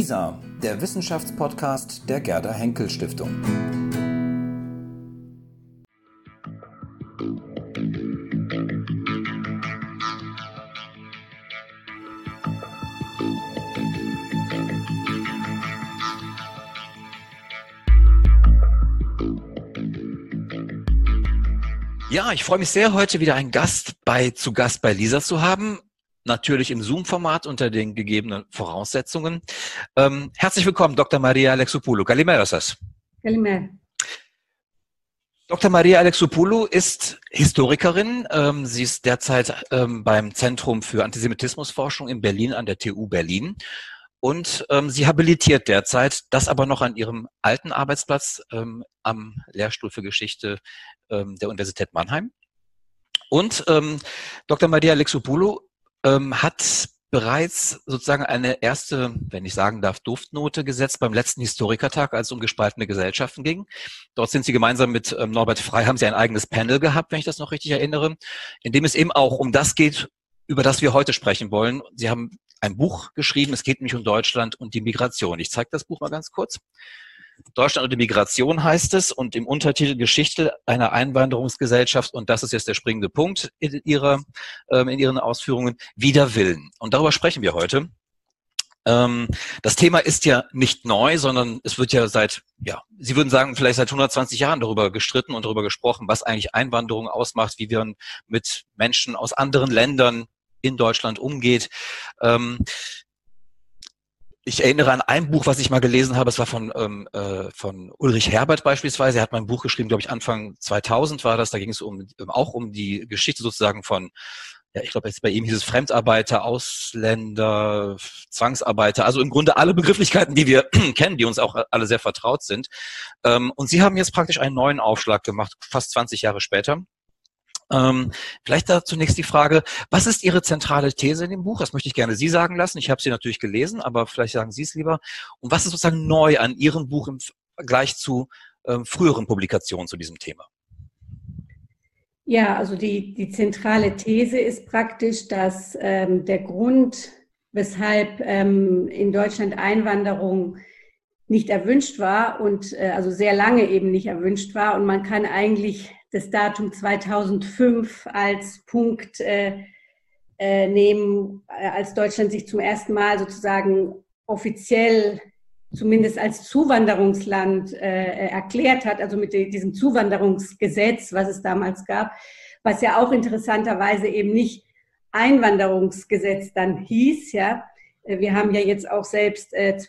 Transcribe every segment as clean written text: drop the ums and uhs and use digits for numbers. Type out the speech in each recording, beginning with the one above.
LISA, der Wissenschaftspodcast der Gerda Henkel Stiftung. Ja, ich freue mich sehr, heute wieder einen zu Gast bei LISA zu haben. Natürlich im Zoom-Format unter den gegebenen Voraussetzungen. Herzlich willkommen, Dr. Maria Alexopoulou. Kalimera σας. Kalimera. Dr. Maria Alexopoulou ist Historikerin. Sie ist derzeit beim Zentrum für Antisemitismusforschung in Berlin an der TU Berlin. Und sie habilitiert derzeit, das aber noch an ihrem alten Arbeitsplatz am Lehrstuhl für Geschichte der Universität Mannheim. Und Dr. Maria Alexopoulou hat bereits sozusagen eine erste, wenn ich sagen darf, Duftnote gesetzt beim letzten Historikertag, als es um gespaltene Gesellschaften ging. Dort sind sie gemeinsam mit Norbert Frey, haben sie ein eigenes Panel gehabt, wenn ich das noch richtig erinnere, in dem es eben auch um das geht, über das wir heute sprechen wollen. Sie haben ein Buch geschrieben, es geht nämlich um Deutschland und die Migration. Ich zeige das Buch mal ganz kurz. Deutschland und die Migration heißt es und im Untertitel Geschichte einer Einwanderungsgesellschaft, und das ist jetzt der springende Punkt in Ihren Ausführungen, wider Willen. Und darüber sprechen wir heute. Das Thema ist ja nicht neu, sondern es wird ja Sie würden sagen, vielleicht seit 120 Jahren darüber gestritten und darüber gesprochen, was eigentlich Einwanderung ausmacht, wie wir mit Menschen aus anderen Ländern in Deutschland umgeht. Ich erinnere an ein Buch, was ich mal gelesen habe. Es war von Ulrich Herbert beispielsweise. Er hat mal ein Buch geschrieben, glaube ich, Anfang 2000 war das. Da ging es auch um die Geschichte sozusagen von, ja, ich glaube, jetzt bei ihm hieß es Fremdarbeiter, Ausländer, Zwangsarbeiter. Also im Grunde alle Begrifflichkeiten, die wir kennen, die uns auch alle sehr vertraut sind. Und Sie haben jetzt praktisch einen neuen Aufschlag gemacht, fast 20 Jahre später. Vielleicht da zunächst die Frage, was ist Ihre zentrale These in dem Buch? Das möchte ich gerne Sie sagen lassen. Ich habe sie natürlich gelesen, aber vielleicht sagen Sie es lieber. Und was ist sozusagen neu an Ihrem Buch im Vergleich zu früheren Publikationen zu diesem Thema? Ja, also die zentrale These ist praktisch, dass der Grund, weshalb in Deutschland Einwanderung nicht erwünscht war und also sehr lange eben nicht erwünscht war, und man kann eigentlich das Datum 2005 als Punkt nehmen, als Deutschland sich zum ersten Mal sozusagen offiziell zumindest als Zuwanderungsland erklärt hat, also mit diesem Zuwanderungsgesetz, was es damals gab, was ja auch interessanterweise eben nicht Einwanderungsgesetz dann hieß. Ja, wir haben ja jetzt auch selbst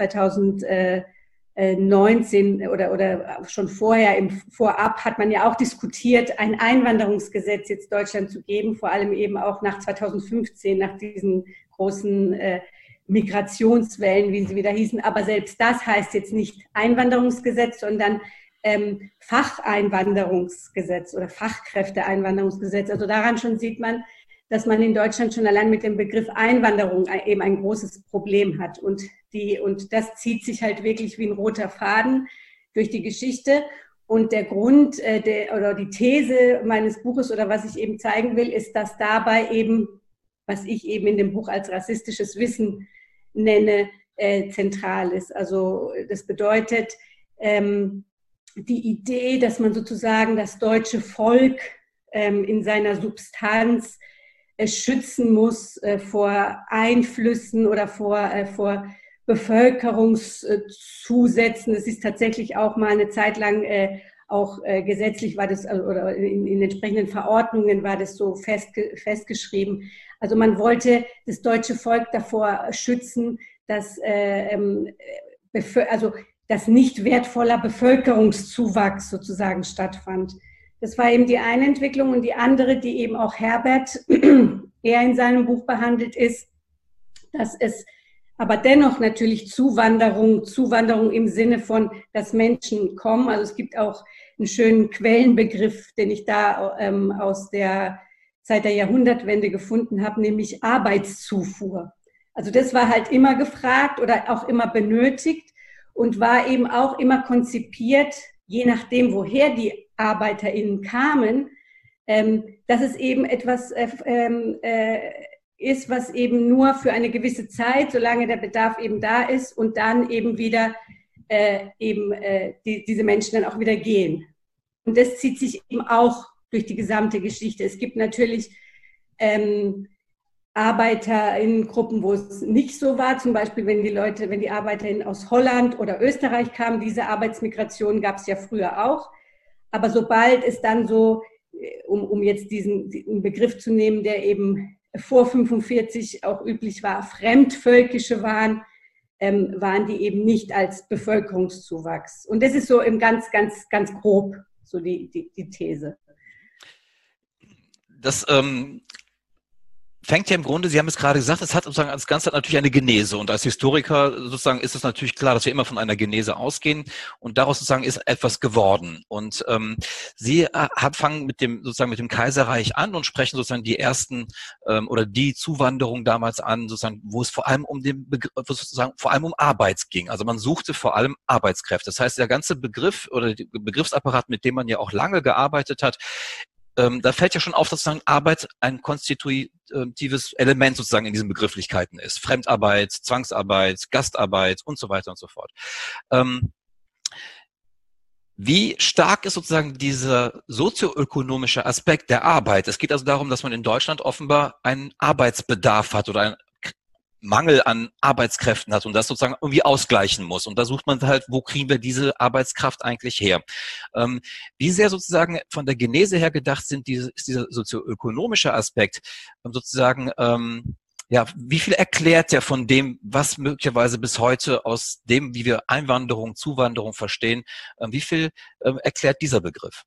2019 oder schon vorab hat man ja auch diskutiert, ein Einwanderungsgesetz jetzt Deutschland zu geben, vor allem eben auch nach 2015, nach diesen großen Migrationswellen, wie sie wieder hießen. Aber selbst das heißt jetzt nicht Einwanderungsgesetz, sondern Facheinwanderungsgesetz oder Fachkräfteeinwanderungsgesetz. Also daran schon sieht man, dass man in Deutschland schon allein mit dem Begriff Einwanderung eben ein großes Problem hat. Und das zieht sich halt wirklich wie ein roter Faden durch die Geschichte. Und der Grund oder die These meines Buches oder was ich eben zeigen will, ist, dass dabei eben, was ich eben in dem Buch als rassistisches Wissen nenne, zentral ist. Also das bedeutet, die Idee, dass man sozusagen das deutsche Volk in seiner Substanz schützen muss vor Einflüssen oder vor Bevölkerungszusätzen. Es ist tatsächlich auch mal eine Zeit lang auch gesetzlich war das, oder in entsprechenden Verordnungen war das so festgeschrieben. Also man wollte das deutsche Volk davor schützen, dass nicht wertvoller Bevölkerungszuwachs sozusagen stattfand. Das war eben die eine Entwicklung, und die andere, die eben auch Herbert eher in seinem Buch behandelt, ist, dass es aber dennoch natürlich Zuwanderung im Sinne von, dass Menschen kommen. Also es gibt auch einen schönen Quellenbegriff, den ich da aus der Zeit der Jahrhundertwende gefunden habe, nämlich Arbeitszufuhr. Also das war halt immer gefragt oder auch immer benötigt und war eben auch immer konzipiert, je nachdem, woher die ArbeiterInnen kamen, dass es eben etwas ist, was eben nur für eine gewisse Zeit, solange der Bedarf eben da ist und dann eben wieder diese Menschen dann auch wieder gehen. Und das zieht sich eben auch durch die gesamte Geschichte. Es gibt natürlich ArbeiterInnengruppen, wo es nicht so war. Zum Beispiel, wenn die ArbeiterInnen aus Holland oder Österreich kamen, diese Arbeitsmigration gab es ja früher auch. Aber sobald es dann so, um jetzt diesen Begriff zu nehmen, der eben vor 45 auch üblich war, fremdvölkische waren die eben nicht als Bevölkerungszuwachs. Und das ist so im ganz, ganz, ganz grob so die These. Das fängt ja im Grunde, Sie haben es gerade gesagt, es hat sozusagen das Ganze hat natürlich eine Genese und als Historiker sozusagen ist es natürlich klar, dass wir immer von einer Genese ausgehen und daraus sozusagen ist etwas geworden. Und Sie fangen mit dem Kaiserreich an und sprechen sozusagen die ersten oder die Zuwanderung damals an, sozusagen, wo es vor allem vor allem um Arbeit ging. Also man suchte vor allem Arbeitskräfte. Das heißt, der ganze Begriff oder der Begriffsapparat, mit dem man ja auch lange gearbeitet hat, da fällt ja schon auf, dass sozusagen Arbeit ein konstitutives Element sozusagen in diesen Begrifflichkeiten ist. Fremdarbeit, Zwangsarbeit, Gastarbeit und so weiter und so fort. Wie stark ist sozusagen dieser sozioökonomische Aspekt der Arbeit? Es geht also darum, dass man in Deutschland offenbar einen Arbeitsbedarf hat oder einen Mangel an Arbeitskräften hat und das sozusagen irgendwie ausgleichen muss. Und da sucht man halt, wo kriegen wir diese Arbeitskraft eigentlich her? Wie sehr sozusagen von der Genese her gedacht ist dieser sozioökonomische Aspekt sozusagen, wie viel erklärt der von dem, was möglicherweise bis heute aus dem, wie wir Einwanderung, Zuwanderung verstehen, wie viel erklärt dieser Begriff?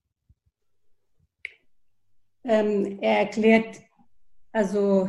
Er erklärt, also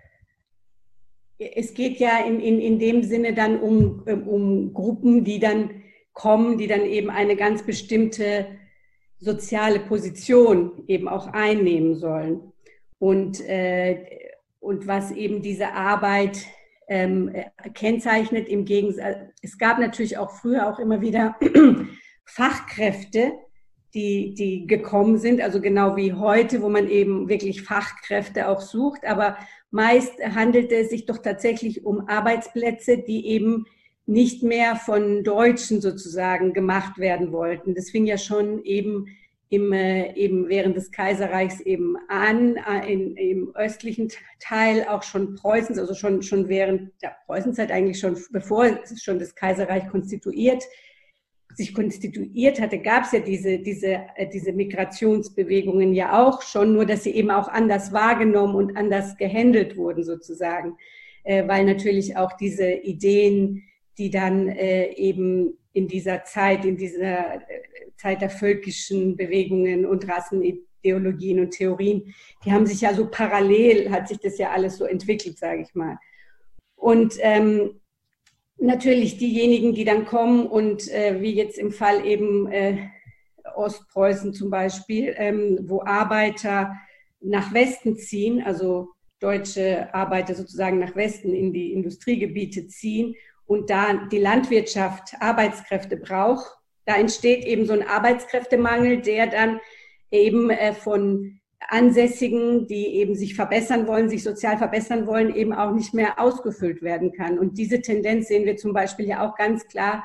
es geht ja in dem Sinne dann um Gruppen, die dann kommen, die dann eben eine ganz bestimmte soziale Position eben auch einnehmen sollen. Und was eben diese Arbeit kennzeichnet, im Gegensatz, es gab natürlich auch früher auch immer wieder Fachkräfte, die gekommen sind, also genau wie heute, wo man eben wirklich Fachkräfte auch sucht, aber meist handelte es sich doch tatsächlich um Arbeitsplätze, die eben nicht mehr von Deutschen sozusagen gemacht werden wollten. Das fing ja schon eben während des Kaiserreichs eben an, im östlichen Teil auch schon Preußens, also schon während der Preußenzeit eigentlich schon, bevor es schon das Kaiserreich sich konstituiert hatte, gab es ja diese Migrationsbewegungen ja auch schon, nur dass sie eben auch anders wahrgenommen und anders gehandelt wurden sozusagen, weil natürlich auch diese Ideen, die dann eben in dieser Zeit der völkischen Bewegungen und Rassenideologien und Theorien, die haben sich ja so parallel, hat sich das ja alles so entwickelt, sage ich mal. Und natürlich diejenigen, die dann kommen und wie jetzt im Fall eben Ostpreußen zum Beispiel, wo Arbeiter nach Westen ziehen, also deutsche Arbeiter sozusagen nach Westen in die Industriegebiete ziehen und da die Landwirtschaft Arbeitskräfte braucht, da entsteht eben so ein Arbeitskräftemangel, der dann eben von Ansässigen, die eben sich verbessern wollen, sich sozial verbessern wollen, eben auch nicht mehr ausgefüllt werden kann. Und diese Tendenz sehen wir zum Beispiel ja auch ganz klar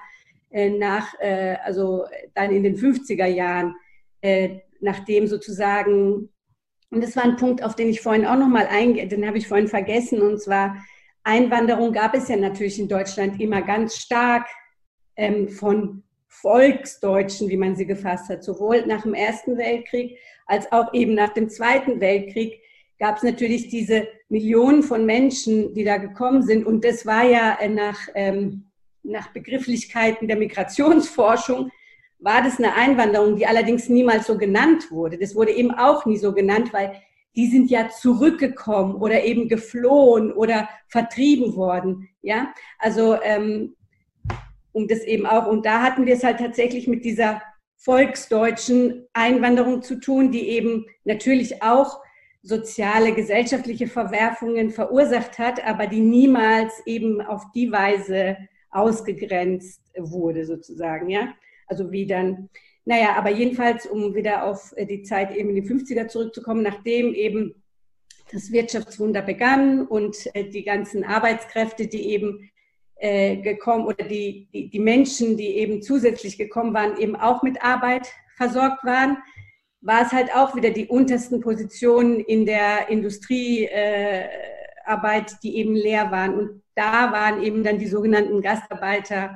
also dann in den 50er Jahren, nachdem sozusagen, und das war ein Punkt, auf den ich vorhin auch nochmal den habe ich vorhin vergessen, und zwar Einwanderung gab es ja natürlich in Deutschland immer ganz stark von Volksdeutschen, wie man sie gefasst hat, sowohl nach dem Ersten Weltkrieg als auch eben nach dem Zweiten Weltkrieg gab es natürlich diese Millionen von Menschen, die da gekommen sind. Und das war ja nach Begrifflichkeiten der Migrationsforschung, war das eine Einwanderung, die allerdings niemals so genannt wurde. Das wurde eben auch nie so genannt, weil die sind ja zurückgekommen oder eben geflohen oder vertrieben worden. Ja, also um das eben auch, und da hatten wir es halt tatsächlich mit dieser volksdeutschen Einwanderung zu tun, die eben natürlich auch soziale, gesellschaftliche Verwerfungen verursacht hat, aber die niemals eben auf die Weise ausgegrenzt wurde sozusagen, ja. Also wie dann, aber jedenfalls, um wieder auf die Zeit eben in die 50er zurückzukommen, nachdem eben das Wirtschaftswunder begann und die ganzen Arbeitskräfte, die eben gekommen oder die Menschen, die eben zusätzlich gekommen waren, eben auch mit Arbeit versorgt waren, war es halt auch wieder die untersten Positionen in der Industriearbeit, die eben leer waren. Und da waren eben dann die sogenannten Gastarbeiter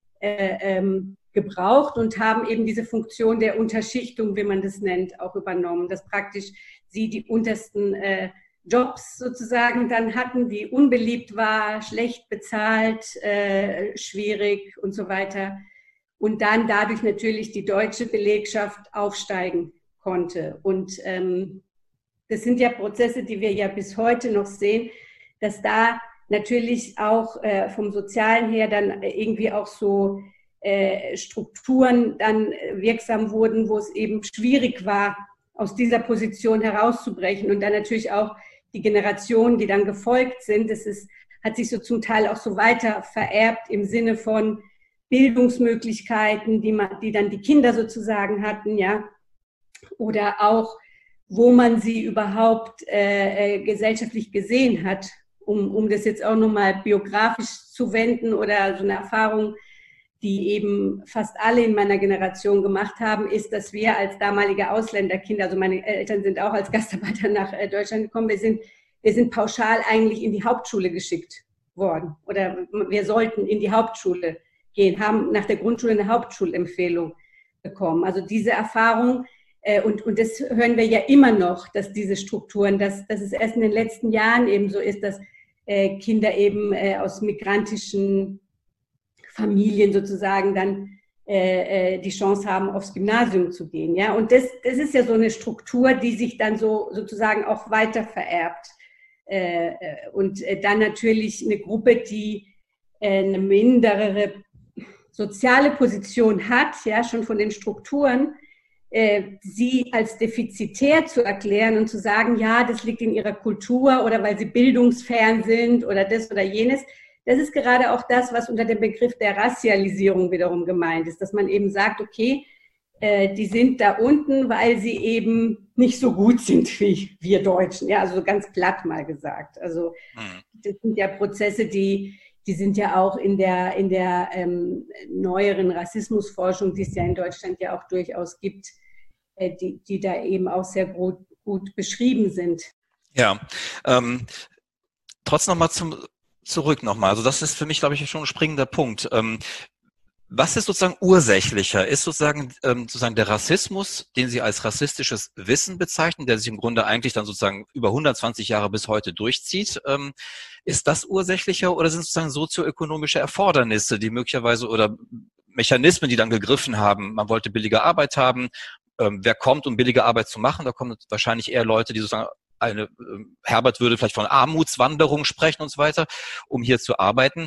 gebraucht und haben eben diese Funktion der Unterschichtung, wie man das nennt, auch übernommen, dass praktisch sie die untersten Jobs sozusagen dann hatten, die unbeliebt war, schlecht bezahlt, schwierig und so weiter. Und dann dadurch natürlich die deutsche Belegschaft aufsteigen konnte. Und das sind ja Prozesse, die wir ja bis heute noch sehen, dass da natürlich auch vom Sozialen her dann irgendwie auch so Strukturen dann wirksam wurden, wo es eben schwierig war, aus dieser Position herauszubrechen. Und dann natürlich auch die Generationen, die dann gefolgt sind, hat sich so zum Teil auch so weiter vererbt im Sinne von Bildungsmöglichkeiten, die dann die Kinder sozusagen hatten, ja, oder auch, wo man sie überhaupt gesellschaftlich gesehen hat, um das jetzt auch nochmal biografisch zu wenden oder so eine Erfahrung, die eben fast alle in meiner Generation gemacht haben, ist, dass wir als damalige Ausländerkinder, also meine Eltern sind auch als Gastarbeiter nach Deutschland gekommen, wir sind pauschal eigentlich in die Hauptschule geschickt worden oder wir sollten in die Hauptschule gehen, haben nach der Grundschule eine Hauptschulempfehlung bekommen. Also diese Erfahrung, und das hören wir ja immer noch, dass diese Strukturen, dass es erst in den letzten Jahren eben so ist, dass Kinder eben aus migrantischen Familien sozusagen dann die Chance haben, aufs Gymnasium zu gehen. Ja? Und das ist ja so eine Struktur, die sich dann so sozusagen auch weiter vererbt. Und dann natürlich eine Gruppe, die eine mindere soziale Position hat, ja, schon von den Strukturen, sie als defizitär zu erklären und zu sagen, ja, das liegt in ihrer Kultur oder weil sie bildungsfern sind oder das oder jenes. Das ist gerade auch das, was unter dem Begriff der Rassialisierung wiederum gemeint ist, dass man eben sagt, okay, die sind da unten, weil sie eben nicht so gut sind wie wir Deutschen. Ja, also ganz platt mal gesagt. Also das sind ja Prozesse, die sind ja auch in der neueren Rassismusforschung, die es ja in Deutschland ja auch durchaus gibt, die da eben auch sehr gut beschrieben sind. Ja, trotzdem nochmal zurück nochmal. Also das ist für mich, glaube ich, schon ein springender Punkt. Was ist sozusagen ursächlicher? Ist sozusagen der Rassismus, den Sie als rassistisches Wissen bezeichnen, der sich im Grunde eigentlich dann sozusagen über 120 Jahre bis heute durchzieht, ist das ursächlicher oder sind sozusagen sozioökonomische Erfordernisse, die möglicherweise oder Mechanismen, die dann gegriffen haben? Man wollte billige Arbeit haben. Wer kommt, um billige Arbeit zu machen? Da kommen wahrscheinlich eher Leute, die sozusagen Herbert würde vielleicht von Armutswanderung sprechen und so weiter, um hier zu arbeiten.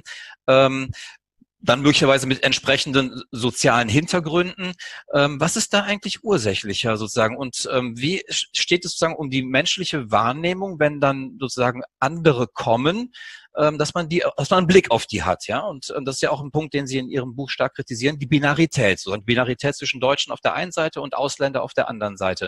Dann möglicherweise mit entsprechenden sozialen Hintergründen. Was ist da eigentlich ursächlicher sozusagen? Und wie steht es sozusagen um die menschliche Wahrnehmung, wenn dann sozusagen andere kommen, dass man einen Blick auf die hat, ja? Und das ist ja auch ein Punkt, den Sie in Ihrem Buch stark kritisieren, die Binarität, sozusagen Binarität zwischen Deutschen auf der einen Seite und Ausländer auf der anderen Seite.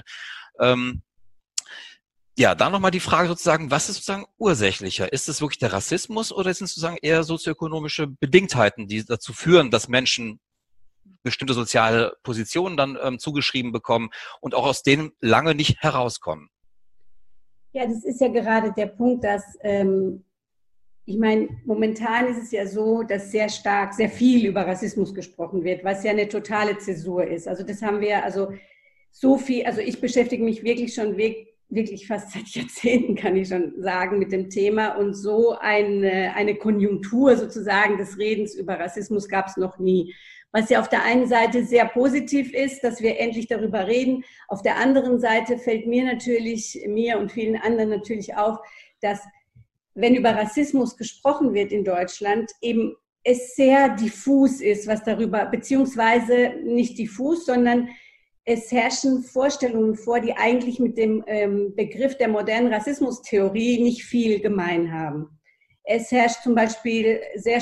Ja, dann nochmal die Frage sozusagen, was ist sozusagen ursächlicher? Ist es wirklich der Rassismus oder sind es sozusagen eher sozioökonomische Bedingtheiten, die dazu führen, dass Menschen bestimmte soziale Positionen dann zugeschrieben bekommen und auch aus denen lange nicht herauskommen? Ja, das ist ja gerade der Punkt, dass, ich meine, momentan ist es ja so, dass sehr viel über Rassismus gesprochen wird, was ja eine totale Zäsur ist. Also das haben wir, also so viel, also ich beschäftige mich wirklich schon wirklich fast seit Jahrzehnten, kann ich schon sagen, mit dem Thema. Und so eine Konjunktur sozusagen des Redens über Rassismus gab es noch nie. Was ja auf der einen Seite sehr positiv ist, dass wir endlich darüber reden. Auf der anderen Seite fällt mir und vielen anderen natürlich auf, dass wenn über Rassismus gesprochen wird in Deutschland, eben es sehr diffus ist, was darüber, beziehungsweise nicht diffus, sondern es herrschen Vorstellungen vor, die eigentlich mit dem Begriff der modernen Rassismustheorie nicht viel gemein haben. Es herrscht zum Beispiel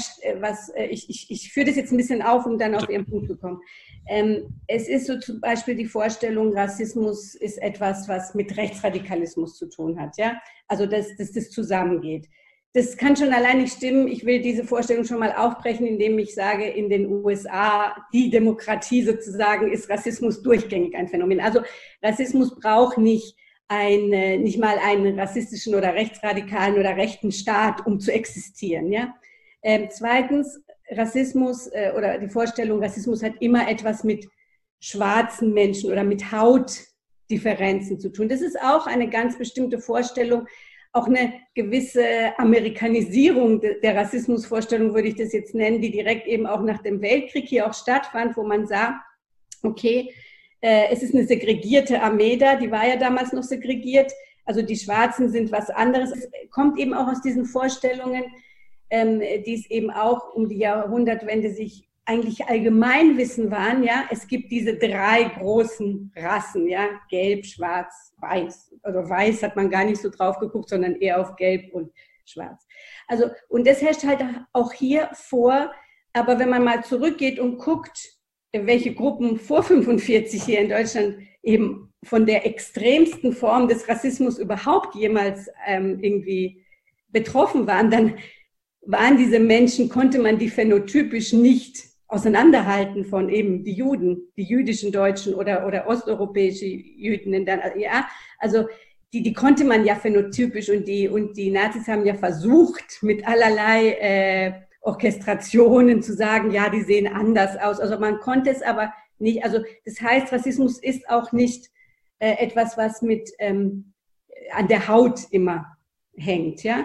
ich führe das jetzt ein bisschen auf, um dann auf Ihren Punkt zu kommen. Es ist so zum Beispiel die Vorstellung, Rassismus ist etwas, was mit Rechtsradikalismus zu tun hat, ja? Also, dass das zusammengeht. Das kann schon allein nicht stimmen. Ich will diese Vorstellung schon mal aufbrechen, indem ich sage, in den USA, die Demokratie sozusagen, ist Rassismus durchgängig ein Phänomen. Also Rassismus braucht nicht mal einen rassistischen oder rechtsradikalen oder rechten Staat, um zu existieren. Ja? Zweitens, Rassismus oder die Vorstellung, Rassismus hat immer etwas mit schwarzen Menschen oder mit Hautdifferenzen zu tun. Das ist auch eine ganz bestimmte Vorstellung, auch eine gewisse Amerikanisierung der Rassismusvorstellung, würde ich das jetzt nennen, die direkt eben auch nach dem Weltkrieg hier auch stattfand, wo man sah, okay, es ist eine segregierte Armee da, die war ja damals noch segregiert, also die Schwarzen sind was anderes. Es kommt eben auch aus diesen Vorstellungen, die es eben auch um die Jahrhundertwende sich eigentlich Allgemeinwissen waren, ja, es gibt diese 3 großen Rassen, ja, Gelb, Schwarz, Weiß. Also Weiß hat man gar nicht so drauf geguckt, sondern eher auf Gelb und Schwarz. Also, und das herrscht halt auch hier vor, aber wenn man mal zurückgeht und guckt, welche Gruppen vor 45 hier in Deutschland eben von der extremsten Form des Rassismus überhaupt jemals irgendwie betroffen waren, dann waren diese Menschen, konnte man die phänotypisch nicht auseinanderhalten von eben die Juden, die jüdischen Deutschen oder osteuropäische Juden. Ja, also die konnte man ja phänotypisch und die Nazis haben ja versucht, mit allerlei Orchestrationen zu sagen, ja, die sehen anders aus. Also man konnte es aber nicht, also das heißt, Rassismus ist auch nicht etwas, was mit an der Haut immer hängt, ja.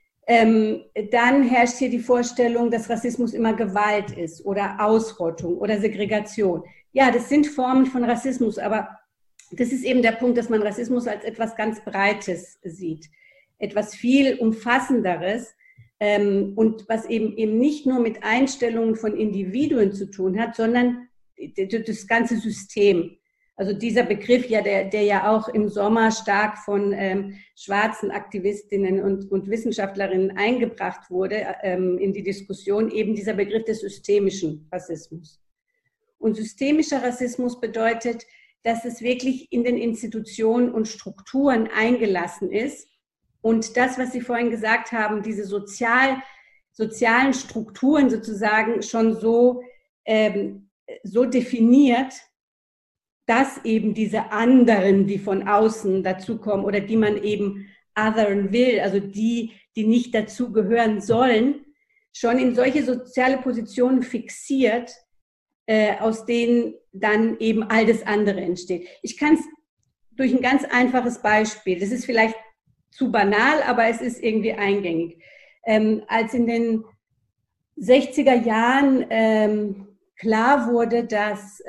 Dann herrscht hier die Vorstellung, dass Rassismus immer Gewalt ist oder Ausrottung oder Segregation. Ja, das sind Formen von Rassismus, aber das ist eben der Punkt, dass man Rassismus als etwas ganz Breites sieht, etwas viel Umfassenderes und was eben nicht nur mit Einstellungen von Individuen zu tun hat, sondern das ganze System. Also dieser Begriff, ja, der ja auch im Sommer stark von schwarzen Aktivistinnen und Wissenschaftlerinnen eingebracht wurde in die Diskussion, eben dieser Begriff des systemischen Rassismus. Und systemischer Rassismus bedeutet, dass es wirklich in den Institutionen und Strukturen eingelassen ist und das, was Sie vorhin gesagt haben, diese sozialen Strukturen sozusagen schon so definiert, dass eben diese anderen, die von außen dazukommen oder die man eben othern will, also die nicht dazugehören sollen, schon in solche soziale Positionen fixiert, aus denen dann eben all das andere entsteht. Ich kann es durch ein ganz einfaches Beispiel, das ist vielleicht zu banal, aber es ist irgendwie eingängig. Als in den 60er Jahren klar wurde, dass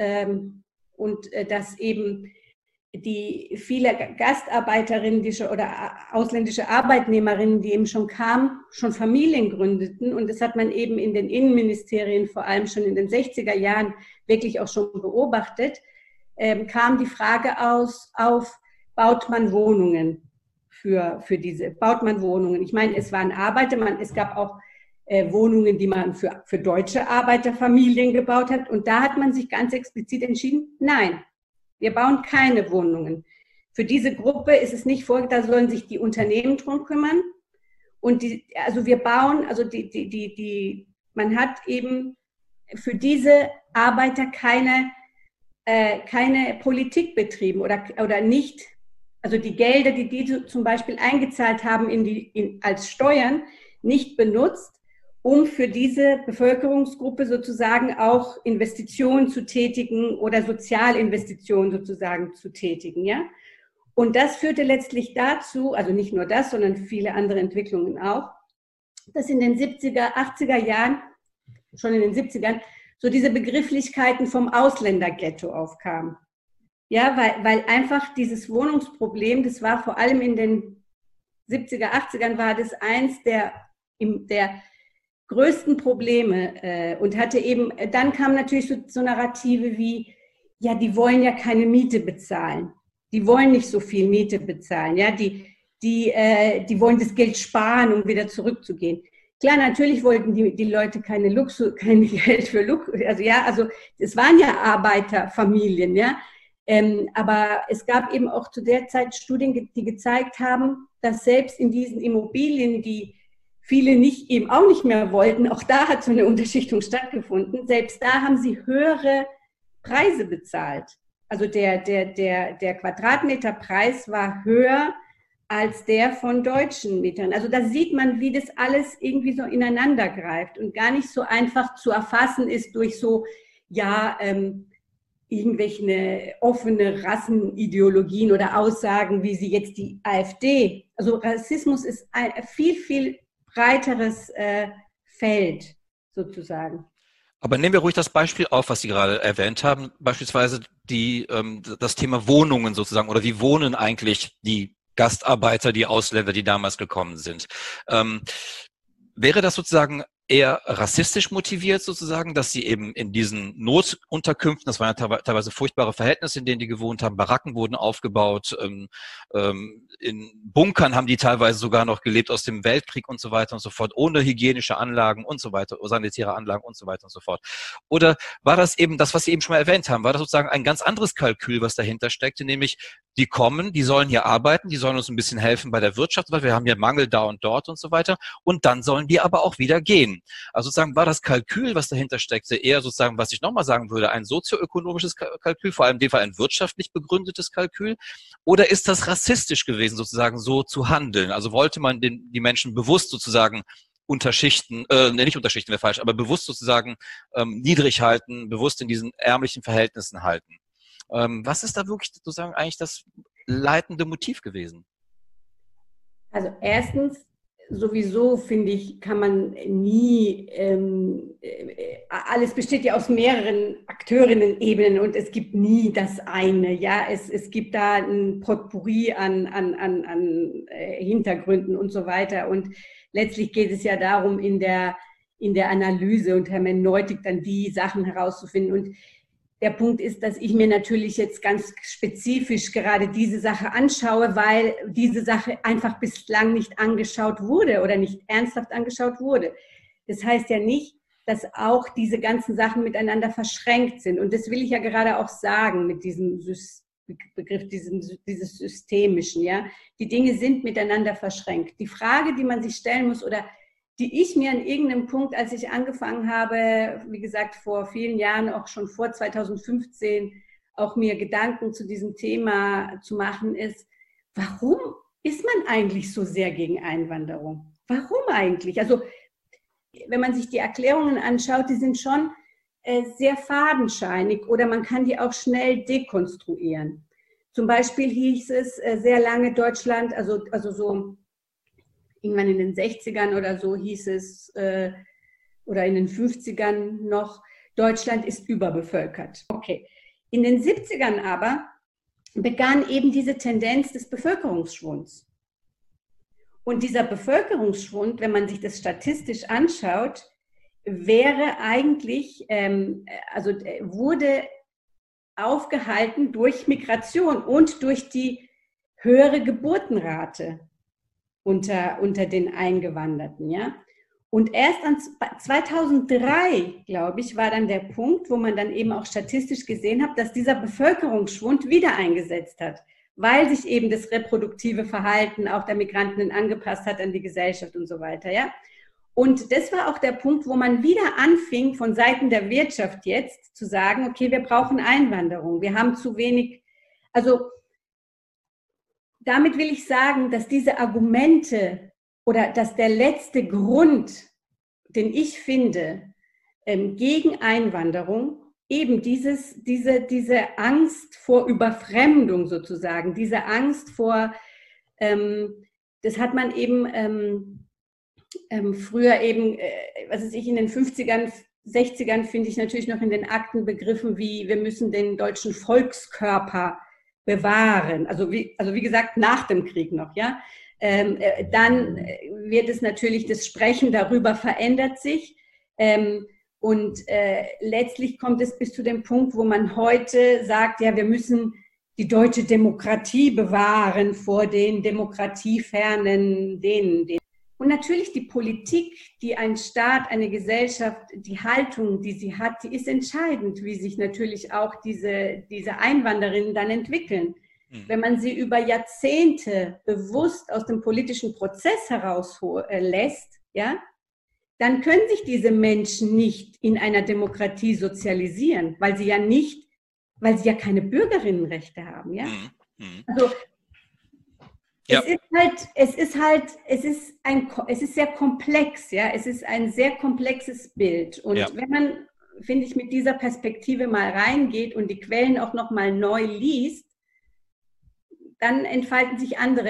eben die viele Gastarbeiterinnen oder ausländische Arbeitnehmerinnen, die eben schon kamen, schon Familien gründeten. Und das hat man eben in den Innenministerien vor allem schon in den 60er Jahren wirklich auch schon beobachtet, kam die Frage auf, baut man Wohnungen baut man Wohnungen. Ich meine, es waren Arbeiter, es gab auch Wohnungen, die man für deutsche Arbeiterfamilien gebaut hat. Und da hat man sich ganz explizit entschieden, nein, wir bauen keine Wohnungen. Für diese Gruppe ist es nicht vorgesehen, da sollen sich die Unternehmen drum kümmern. Und wir bauen, man hat eben für diese Arbeiter keine Politik betrieben oder nicht, also die Gelder, die zum Beispiel eingezahlt haben als Steuern, nicht benutzt, um für diese Bevölkerungsgruppe sozusagen auch Investitionen zu tätigen oder Sozialinvestitionen sozusagen zu tätigen, ja. Und das führte letztlich dazu, also nicht nur das, sondern viele andere Entwicklungen auch, dass in den 70er, 80er Jahren, schon in den 70ern, so diese Begrifflichkeiten vom Ausländerghetto aufkamen. Ja, weil einfach dieses Wohnungsproblem, das war vor allem in den 70er, 80ern, war das eins der größten Probleme und hatte eben, dann kamen natürlich so Narrative wie, ja, die wollen ja keine Miete bezahlen. Die wollen nicht so viel Miete bezahlen. Ja, die wollen das Geld sparen, um wieder zurückzugehen. klar, natürlich wollten die Leute kein Geld für Luxus, also es waren ja Arbeiterfamilien, ja. Aber es gab eben auch zu der Zeit Studien, die gezeigt haben, dass selbst in diesen Immobilien, die viele eben auch nicht mehr wollten, auch da hat so eine Unterschichtung stattgefunden, selbst da haben sie höhere Preise bezahlt. Also der Quadratmeterpreis war höher als der von deutschen Mietern. Also da sieht man, wie das alles irgendwie so ineinander greift und gar nicht so einfach zu erfassen ist durch so, irgendwelche offene Rassenideologien oder Aussagen, wie sie jetzt die AfD. Also Rassismus ist ein viel, viel breiteres Feld sozusagen. Aber nehmen wir ruhig das Beispiel auf, was Sie gerade erwähnt haben, beispielsweise das Thema Wohnungen sozusagen, oder wie wohnen eigentlich die Gastarbeiter, die Ausländer, die damals gekommen sind. Wäre das sozusagen eher rassistisch motiviert sozusagen, dass sie eben in diesen Notunterkünften, das waren ja teilweise furchtbare Verhältnisse, in denen die gewohnt haben, Baracken wurden aufgebaut, in Bunkern haben die teilweise sogar noch gelebt aus dem Weltkrieg und so weiter und so fort, ohne hygienische Anlagen und so weiter, sanitäre Anlagen und so weiter und so fort. Oder war das eben das, was Sie eben schon mal erwähnt haben, war das sozusagen ein ganz anderes Kalkül, was dahinter steckte, nämlich die kommen, die sollen hier arbeiten, die sollen uns ein bisschen helfen bei der Wirtschaft, weil wir haben hier Mangel da und dort und so weiter, und dann sollen die aber auch wieder gehen. Also sozusagen war das Kalkül, was dahinter steckte, eher sozusagen, was ich nochmal sagen würde, ein sozioökonomisches Kalkül, vor allem in dem Fall ein wirtschaftlich begründetes Kalkül, oder ist das rassistisch gewesen, sozusagen so zu handeln? Also wollte man die Menschen bewusst sozusagen unterschichten, nicht unterschichten wäre falsch, aber bewusst sozusagen niedrig halten, bewusst in diesen ärmlichen Verhältnissen halten. Was ist da wirklich sozusagen eigentlich das leitende Motiv gewesen? Also erstens, sowieso finde ich, kann man nie, alles besteht ja aus mehreren Akteurinnen-Ebenen und es gibt nie das eine. Ja, es gibt da ein Potpourri an Hintergründen und so weiter. Und letztlich geht es ja darum, in der Analyse und Hermeneutik dann die Sachen herauszufinden. Und der Punkt ist, dass ich mir natürlich jetzt ganz spezifisch gerade diese Sache anschaue, weil diese Sache einfach bislang nicht angeschaut wurde oder nicht ernsthaft angeschaut wurde. Das heißt ja nicht, dass auch diese ganzen Sachen miteinander verschränkt sind. Und das will ich ja gerade auch sagen mit diesem Begriff, dieses Systemischen. Ja? Die Dinge sind miteinander verschränkt. Die Frage, die man sich stellen muss oder die ich mir an irgendeinem Punkt, als ich angefangen habe, wie gesagt, vor vielen Jahren, auch schon vor 2015, auch mir Gedanken zu diesem Thema zu machen, ist, warum ist man eigentlich so sehr gegen Einwanderung? Warum eigentlich? Also, wenn man sich die Erklärungen anschaut, die sind schon sehr fadenscheinig oder man kann die auch schnell dekonstruieren. Zum Beispiel hieß es sehr lange Deutschland, also so irgendwann in den 60ern oder so hieß es, oder in den 50ern noch, Deutschland ist überbevölkert. Okay. In den 70ern aber begann eben diese Tendenz des Bevölkerungsschwunds. Und dieser Bevölkerungsschwund, wenn man sich das statistisch anschaut, wäre eigentlich, wurde aufgehalten durch Migration und durch die höhere Geburtenrate unter den Eingewanderten, ja. Und erst 2003, glaube ich, war dann der Punkt, wo man dann eben auch statistisch gesehen hat, dass dieser Bevölkerungsschwund wieder eingesetzt hat, weil sich eben das reproduktive Verhalten auch der Migranten angepasst hat an die Gesellschaft und so weiter, ja. Und das war auch der Punkt, wo man wieder anfing, von Seiten der Wirtschaft jetzt zu sagen, okay, wir brauchen Einwanderung, wir haben zu wenig, also damit will ich sagen, dass diese Argumente oder dass der letzte Grund, den ich finde, gegen Einwanderung, eben diese Angst vor Überfremdung sozusagen, diese Angst vor, das hat man eben früher eben, was weiß ich, in den 50ern, 60ern finde ich natürlich noch in den Akten begriffen, wie wir müssen den deutschen Volkskörper bewahren, also wie gesagt, nach dem Krieg noch, ja, dann wird es natürlich, das Sprechen darüber verändert sich und letztlich kommt es bis zu dem Punkt, wo man heute sagt, ja, wir müssen die deutsche Demokratie bewahren vor den demokratiefernen denen. Und natürlich die Politik, die ein Staat, eine Gesellschaft, die Haltung, die sie hat, die ist entscheidend, wie sich natürlich auch diese Einwanderinnen dann entwickeln. Wenn man sie über Jahrzehnte bewusst aus dem politischen Prozess herauslässt, ja, dann können sich diese Menschen nicht in einer Demokratie sozialisieren, weil sie ja keine Bürgerinnenrechte haben, ja. Also ja. Es ist sehr komplex, ja. Es ist ein sehr komplexes Bild. Und wenn man, finde ich, mit dieser Perspektive mal reingeht und die Quellen auch nochmal neu liest, dann entfalten sich andere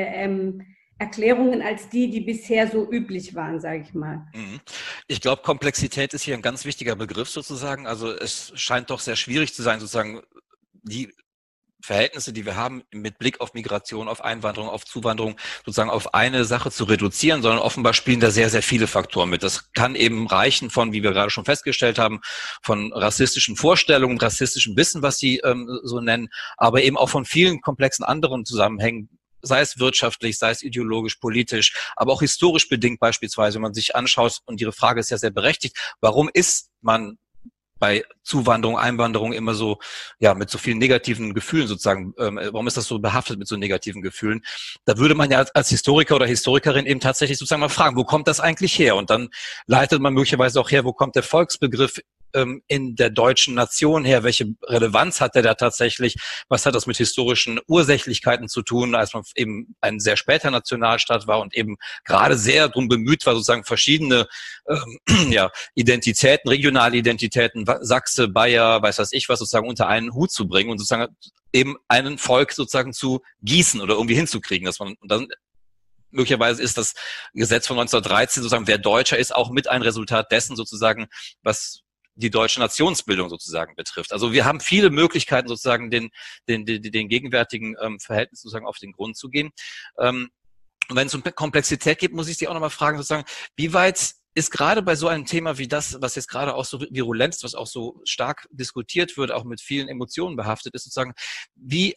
Erklärungen als die bisher so üblich waren, sage ich mal. Ich glaube, Komplexität ist hier ein ganz wichtiger Begriff sozusagen. Also es scheint doch sehr schwierig zu sein, sozusagen die Verhältnisse, die wir haben, mit Blick auf Migration, auf Einwanderung, auf Zuwanderung, sozusagen auf eine Sache zu reduzieren, sondern offenbar spielen da sehr, sehr viele Faktoren mit. Das kann eben reichen von, wie wir gerade schon festgestellt haben, von rassistischen Vorstellungen, rassistischem Wissen, was Sie so nennen, aber eben auch von vielen komplexen anderen Zusammenhängen, sei es wirtschaftlich, sei es ideologisch, politisch, aber auch historisch bedingt beispielsweise, wenn man sich anschaut, und Ihre Frage ist ja sehr berechtigt, warum ist man bei Zuwanderung, Einwanderung immer so, ja, mit so vielen negativen Gefühlen sozusagen, warum ist das so behaftet mit so negativen Gefühlen? Da würde man ja als Historiker oder Historikerin eben tatsächlich sozusagen mal fragen, wo kommt das eigentlich her? Und dann leitet man möglicherweise auch her, wo kommt der Volksbegriff in der deutschen Nation her? Welche Relevanz hat der da tatsächlich? Was hat das mit historischen Ursächlichkeiten zu tun, als man eben ein sehr später Nationalstaat war und eben gerade sehr darum bemüht war, sozusagen verschiedene Identitäten, regionale Identitäten, Sachse, Bayer, weiß was ich was, sozusagen unter einen Hut zu bringen und sozusagen eben einen Volk sozusagen zu gießen oder irgendwie hinzukriegen, dass man und dann möglicherweise ist das Gesetz von 1913 sozusagen, wer Deutscher ist, auch mit ein Resultat dessen sozusagen, was die deutsche Nationsbildung sozusagen betrifft. Also wir haben viele Möglichkeiten sozusagen den gegenwärtigen Verhältnissen sozusagen auf den Grund zu gehen. Und wenn es um Komplexität geht, muss ich Sie auch nochmal fragen sozusagen, wie weit ist gerade bei so einem Thema wie das, was jetzt gerade auch so virulent ist, was auch so stark diskutiert wird, auch mit vielen Emotionen behaftet ist, sozusagen, wie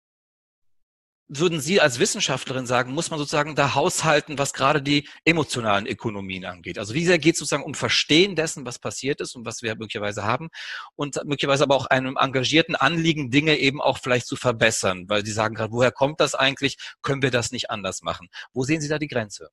würden Sie als Wissenschaftlerin sagen, muss man sozusagen da haushalten, was gerade die emotionalen Ökonomien angeht? Also wie sehr geht es sozusagen um Verstehen dessen, was passiert ist und was wir möglicherweise haben und möglicherweise aber auch einem engagierten Anliegen, Dinge eben auch vielleicht zu verbessern, weil Sie sagen gerade, woher kommt das eigentlich? Können wir das nicht anders machen? Wo sehen Sie da die Grenze?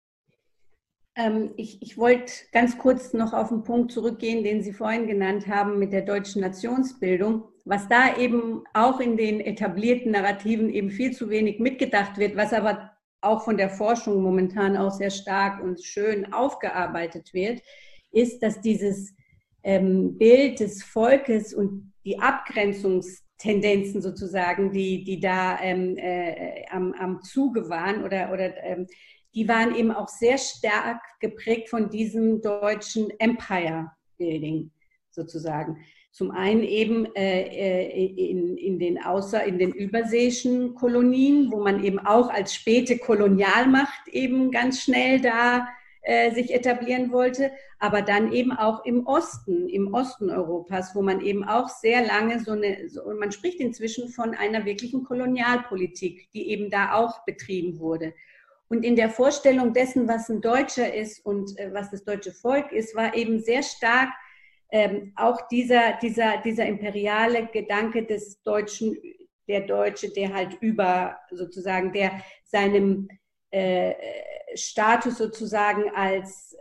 Ich wollte ganz kurz noch auf den Punkt zurückgehen, den Sie vorhin genannt haben mit der deutschen Nationsbildung, was da eben auch in den etablierten Narrativen eben viel zu wenig mitgedacht wird, was aber auch von der Forschung momentan auch sehr stark und schön aufgearbeitet wird, ist, dass dieses Bild des Volkes und die Abgrenzungstendenzen sozusagen, die da am Zuge waren oder die waren eben auch sehr stark geprägt von diesem deutschen Empire-Building sozusagen. Zum einen eben in den überseeischen Kolonien, wo man eben auch als späte Kolonialmacht eben ganz schnell da sich etablieren wollte, aber dann eben auch im Osten Europas, wo man eben auch sehr lange und man spricht inzwischen von einer wirklichen Kolonialpolitik, die eben da auch betrieben wurde. Und in der Vorstellung dessen, was ein Deutscher ist und was das deutsche Volk ist, war eben sehr stark auch dieser imperiale Gedanke des Deutschen, der Deutsche, der halt über sozusagen, der seinem Status sozusagen als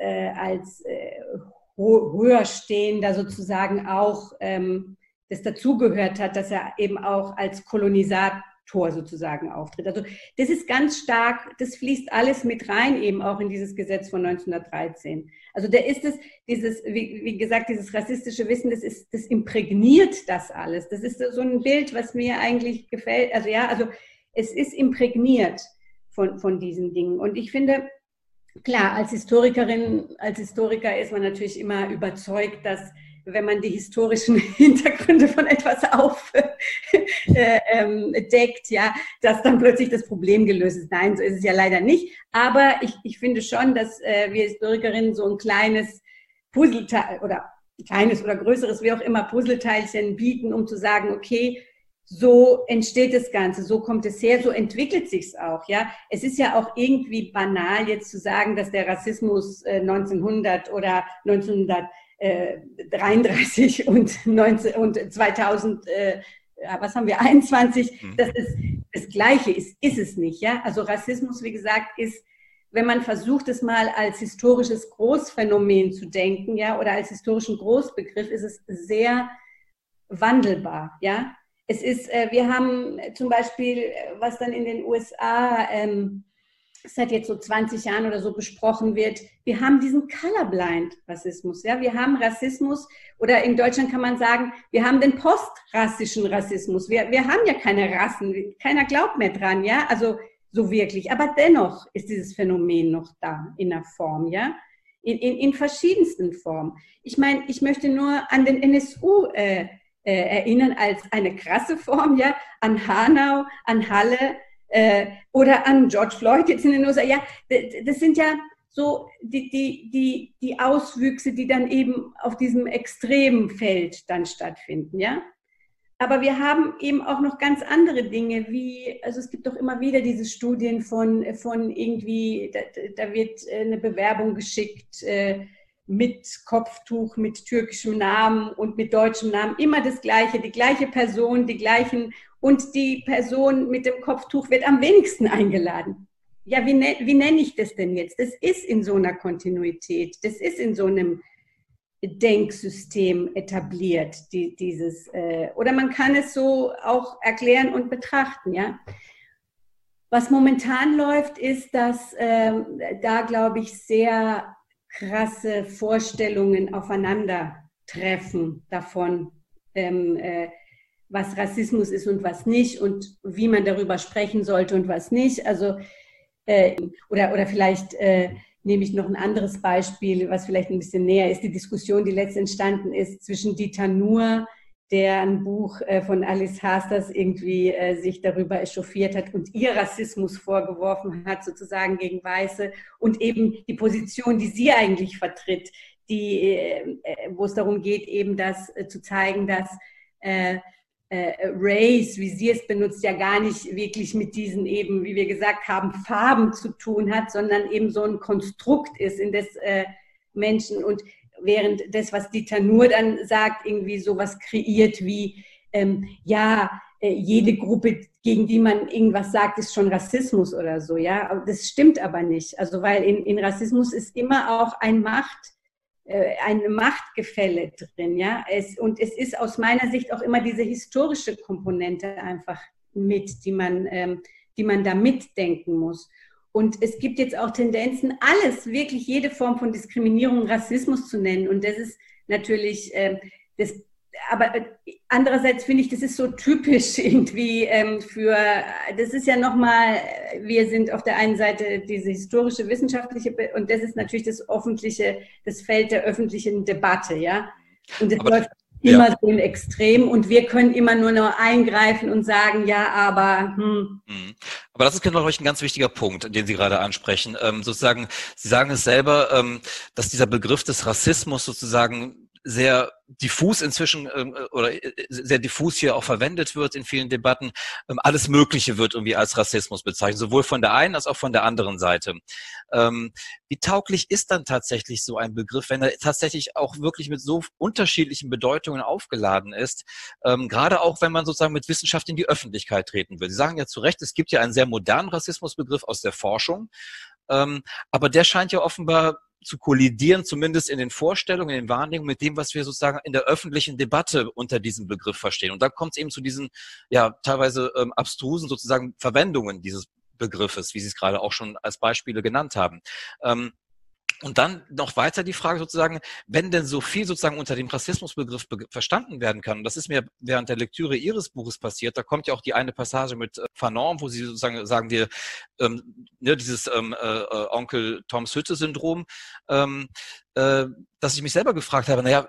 höherstehender sozusagen auch das dazugehört hat, dass er eben auch als Kolonisator sozusagen auftritt. Also das ist ganz stark, das fließt alles mit rein, eben auch in dieses Gesetz von 1913. Also da ist es, wie gesagt, dieses rassistische Wissen, das imprägniert das alles. Das ist so ein Bild, was mir eigentlich gefällt. Also ja, also es ist imprägniert von diesen Dingen. Und ich finde, klar, als Historikerin, als Historiker ist man natürlich immer überzeugt, dass wenn man die historischen Hintergründe von etwas aufdeckt, ja, dass dann plötzlich das Problem gelöst ist. Nein, so ist es ja leider nicht. Aber ich finde schon, dass wir Historikerinnen so ein kleines Puzzleteil oder kleines oder größeres, wie auch immer, Puzzleteilchen bieten, um zu sagen, okay, so entsteht das Ganze, so kommt es her, so entwickelt sich's auch, ja. Es ist ja auch irgendwie banal, jetzt zu sagen, dass der Rassismus 1900 oder 1933 und 2000, was haben wir, 21, dass es das Gleiche ist. Ist es nicht, ja. Also Rassismus, wie gesagt, ist, wenn man versucht, es mal als historisches Großphänomen zu denken, ja, oder als historischen Großbegriff, ist es sehr wandelbar, ja. Es ist, wir haben zum Beispiel, was dann in den USA seit jetzt so 20 Jahren oder so besprochen wird, wir haben diesen Colorblind-Rassismus. Ja? Wir haben Rassismus, oder in Deutschland kann man sagen, wir haben den postrassischen Rassismus. Wir haben ja keine Rassen, keiner glaubt mehr dran, ja, also so wirklich. Aber dennoch ist dieses Phänomen noch da in der Form, ja, in verschiedensten Formen. Ich meine, ich möchte nur an den NSU erinnern als eine krasse Form, ja, an Hanau, an Halle oder an George Floyd jetzt in den USA. Ja, das sind ja so die Auswüchse, die dann eben auf diesem extremen Feld dann stattfinden, ja. Aber wir haben eben auch noch ganz andere Dinge, wie, also es gibt doch immer wieder diese Studien von irgendwie, da wird eine Bewerbung geschickt, mit Kopftuch, mit türkischem Namen und mit deutschem Namen, immer das Gleiche, die gleiche Person, die gleichen, und die Person mit dem Kopftuch wird am wenigsten eingeladen. Ja, wie nenne ich das denn jetzt? Das ist in so einer Kontinuität, das ist in so einem Denksystem etabliert, oder man kann es so auch erklären und betrachten, ja. Was momentan läuft, ist, dass da, glaube ich, sehr krasse Vorstellungen aufeinandertreffen davon, was Rassismus ist und was nicht und wie man darüber sprechen sollte und was nicht. Also, oder vielleicht nehme ich noch ein anderes Beispiel, was vielleicht ein bisschen näher ist, die Diskussion, die letztens entstanden ist zwischen Dieter Nuhr, der ein Buch von Alice Hasters irgendwie sich darüber echauffiert hat und ihr Rassismus vorgeworfen hat, sozusagen gegen Weiße, und eben die Position, die sie eigentlich vertritt, wo es darum geht, eben das zu zeigen, dass Race, wie sie es benutzt, ja gar nicht wirklich mit diesen eben, wie wir gesagt haben, Farben zu tun hat, sondern eben so ein Konstrukt ist, in das Menschen, und während das, was Dieter Nuhr dann sagt, irgendwie sowas kreiert wie, jede Gruppe, gegen die man irgendwas sagt, ist schon Rassismus oder so, ja. Das stimmt aber nicht. Also, weil in Rassismus ist immer auch ein Machtgefälle drin, ja. Und es ist aus meiner Sicht auch immer diese historische Komponente einfach mit, die man da mitdenken muss. Und es gibt jetzt auch Tendenzen, wirklich jede Form von Diskriminierung, Rassismus zu nennen. Und das ist natürlich, aber andererseits finde ich, das ist so typisch irgendwie das ist ja nochmal, wir sind auf der einen Seite diese historische, wissenschaftliche, und das ist natürlich das Feld der öffentlichen Debatte, ja. Und es läuft immer so ein Extrem, und wir können immer nur noch eingreifen und sagen, ja, aber Aber das ist, glaube ich, ein ganz wichtiger Punkt, den Sie gerade ansprechen. Sozusagen, Sie sagen es selber, dass dieser Begriff des Rassismus sozusagen sehr diffus inzwischen oder sehr diffus hier auch verwendet wird in vielen Debatten. Alles Mögliche wird irgendwie als Rassismus bezeichnet, sowohl von der einen als auch von der anderen Seite. Wie tauglich ist dann tatsächlich so ein Begriff, wenn er tatsächlich auch wirklich mit so unterschiedlichen Bedeutungen aufgeladen ist, gerade auch wenn man sozusagen mit Wissenschaft in die Öffentlichkeit treten will? Sie sagen ja zu Recht, es gibt ja einen sehr modernen Rassismusbegriff aus der Forschung, aber der scheint ja offenbar zu kollidieren, zumindest in den Vorstellungen, in den Wahrnehmungen mit dem, was wir sozusagen in der öffentlichen Debatte unter diesem Begriff verstehen. Und da kommt es eben zu diesen teilweise abstrusen sozusagen Verwendungen dieses Begriffes, wie Sie es gerade auch schon als Beispiele genannt haben. Und dann noch weiter die Frage sozusagen, wenn denn so viel sozusagen unter dem Rassismusbegriff verstanden werden kann, und das ist mir während der Lektüre Ihres Buches passiert, da kommt ja auch die eine Passage mit Fanon, wo Sie sozusagen sagen, dieses Onkel Toms Hütte-Syndrom, dass ich mich selber gefragt habe,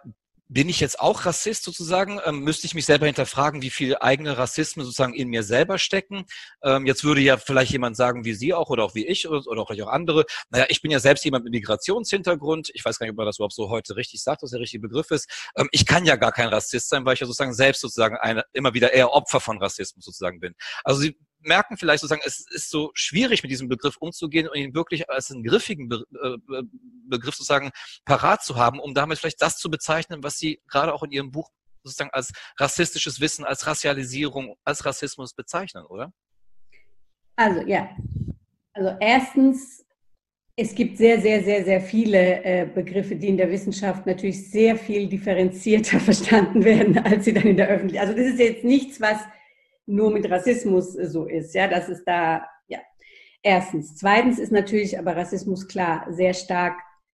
bin ich jetzt auch Rassist sozusagen? Müsste ich mich selber hinterfragen, wie viel eigene Rassismen sozusagen in mir selber stecken? Jetzt würde ja vielleicht jemand sagen, wie Sie auch oder auch wie ich oder auch vielleicht auch andere. Naja, ich bin ja selbst jemand mit Migrationshintergrund. Ich weiß gar nicht, ob man das überhaupt so heute richtig sagt, was der richtige Begriff ist. Ich kann ja gar kein Rassist sein, weil ich ja sozusagen selbst sozusagen immer wieder eher Opfer von Rassismus sozusagen bin. Also Sie merken vielleicht sozusagen, es ist so schwierig, mit diesem Begriff umzugehen und ihn wirklich als einen griffigen Begriff sozusagen parat zu haben, um damit vielleicht das zu bezeichnen, was Sie gerade auch in Ihrem Buch sozusagen als rassistisches Wissen, als Rassialisierung, als Rassismus bezeichnen, oder? Also ja, also erstens, es gibt sehr, sehr, sehr, sehr viele Begriffe, die in der Wissenschaft natürlich sehr viel differenzierter verstanden werden, als sie dann in der Öffentlichkeit. Also das ist jetzt nichts, was nur mit Rassismus so ist, ja, das ist da, ja. Erstens. Zweitens ist natürlich aber Rassismus klar sehr stark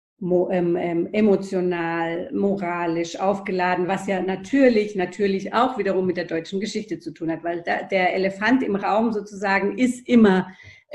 emotional, moralisch aufgeladen, was ja natürlich auch wiederum mit der deutschen Geschichte zu tun hat, weil der Elefant im Raum sozusagen ist immer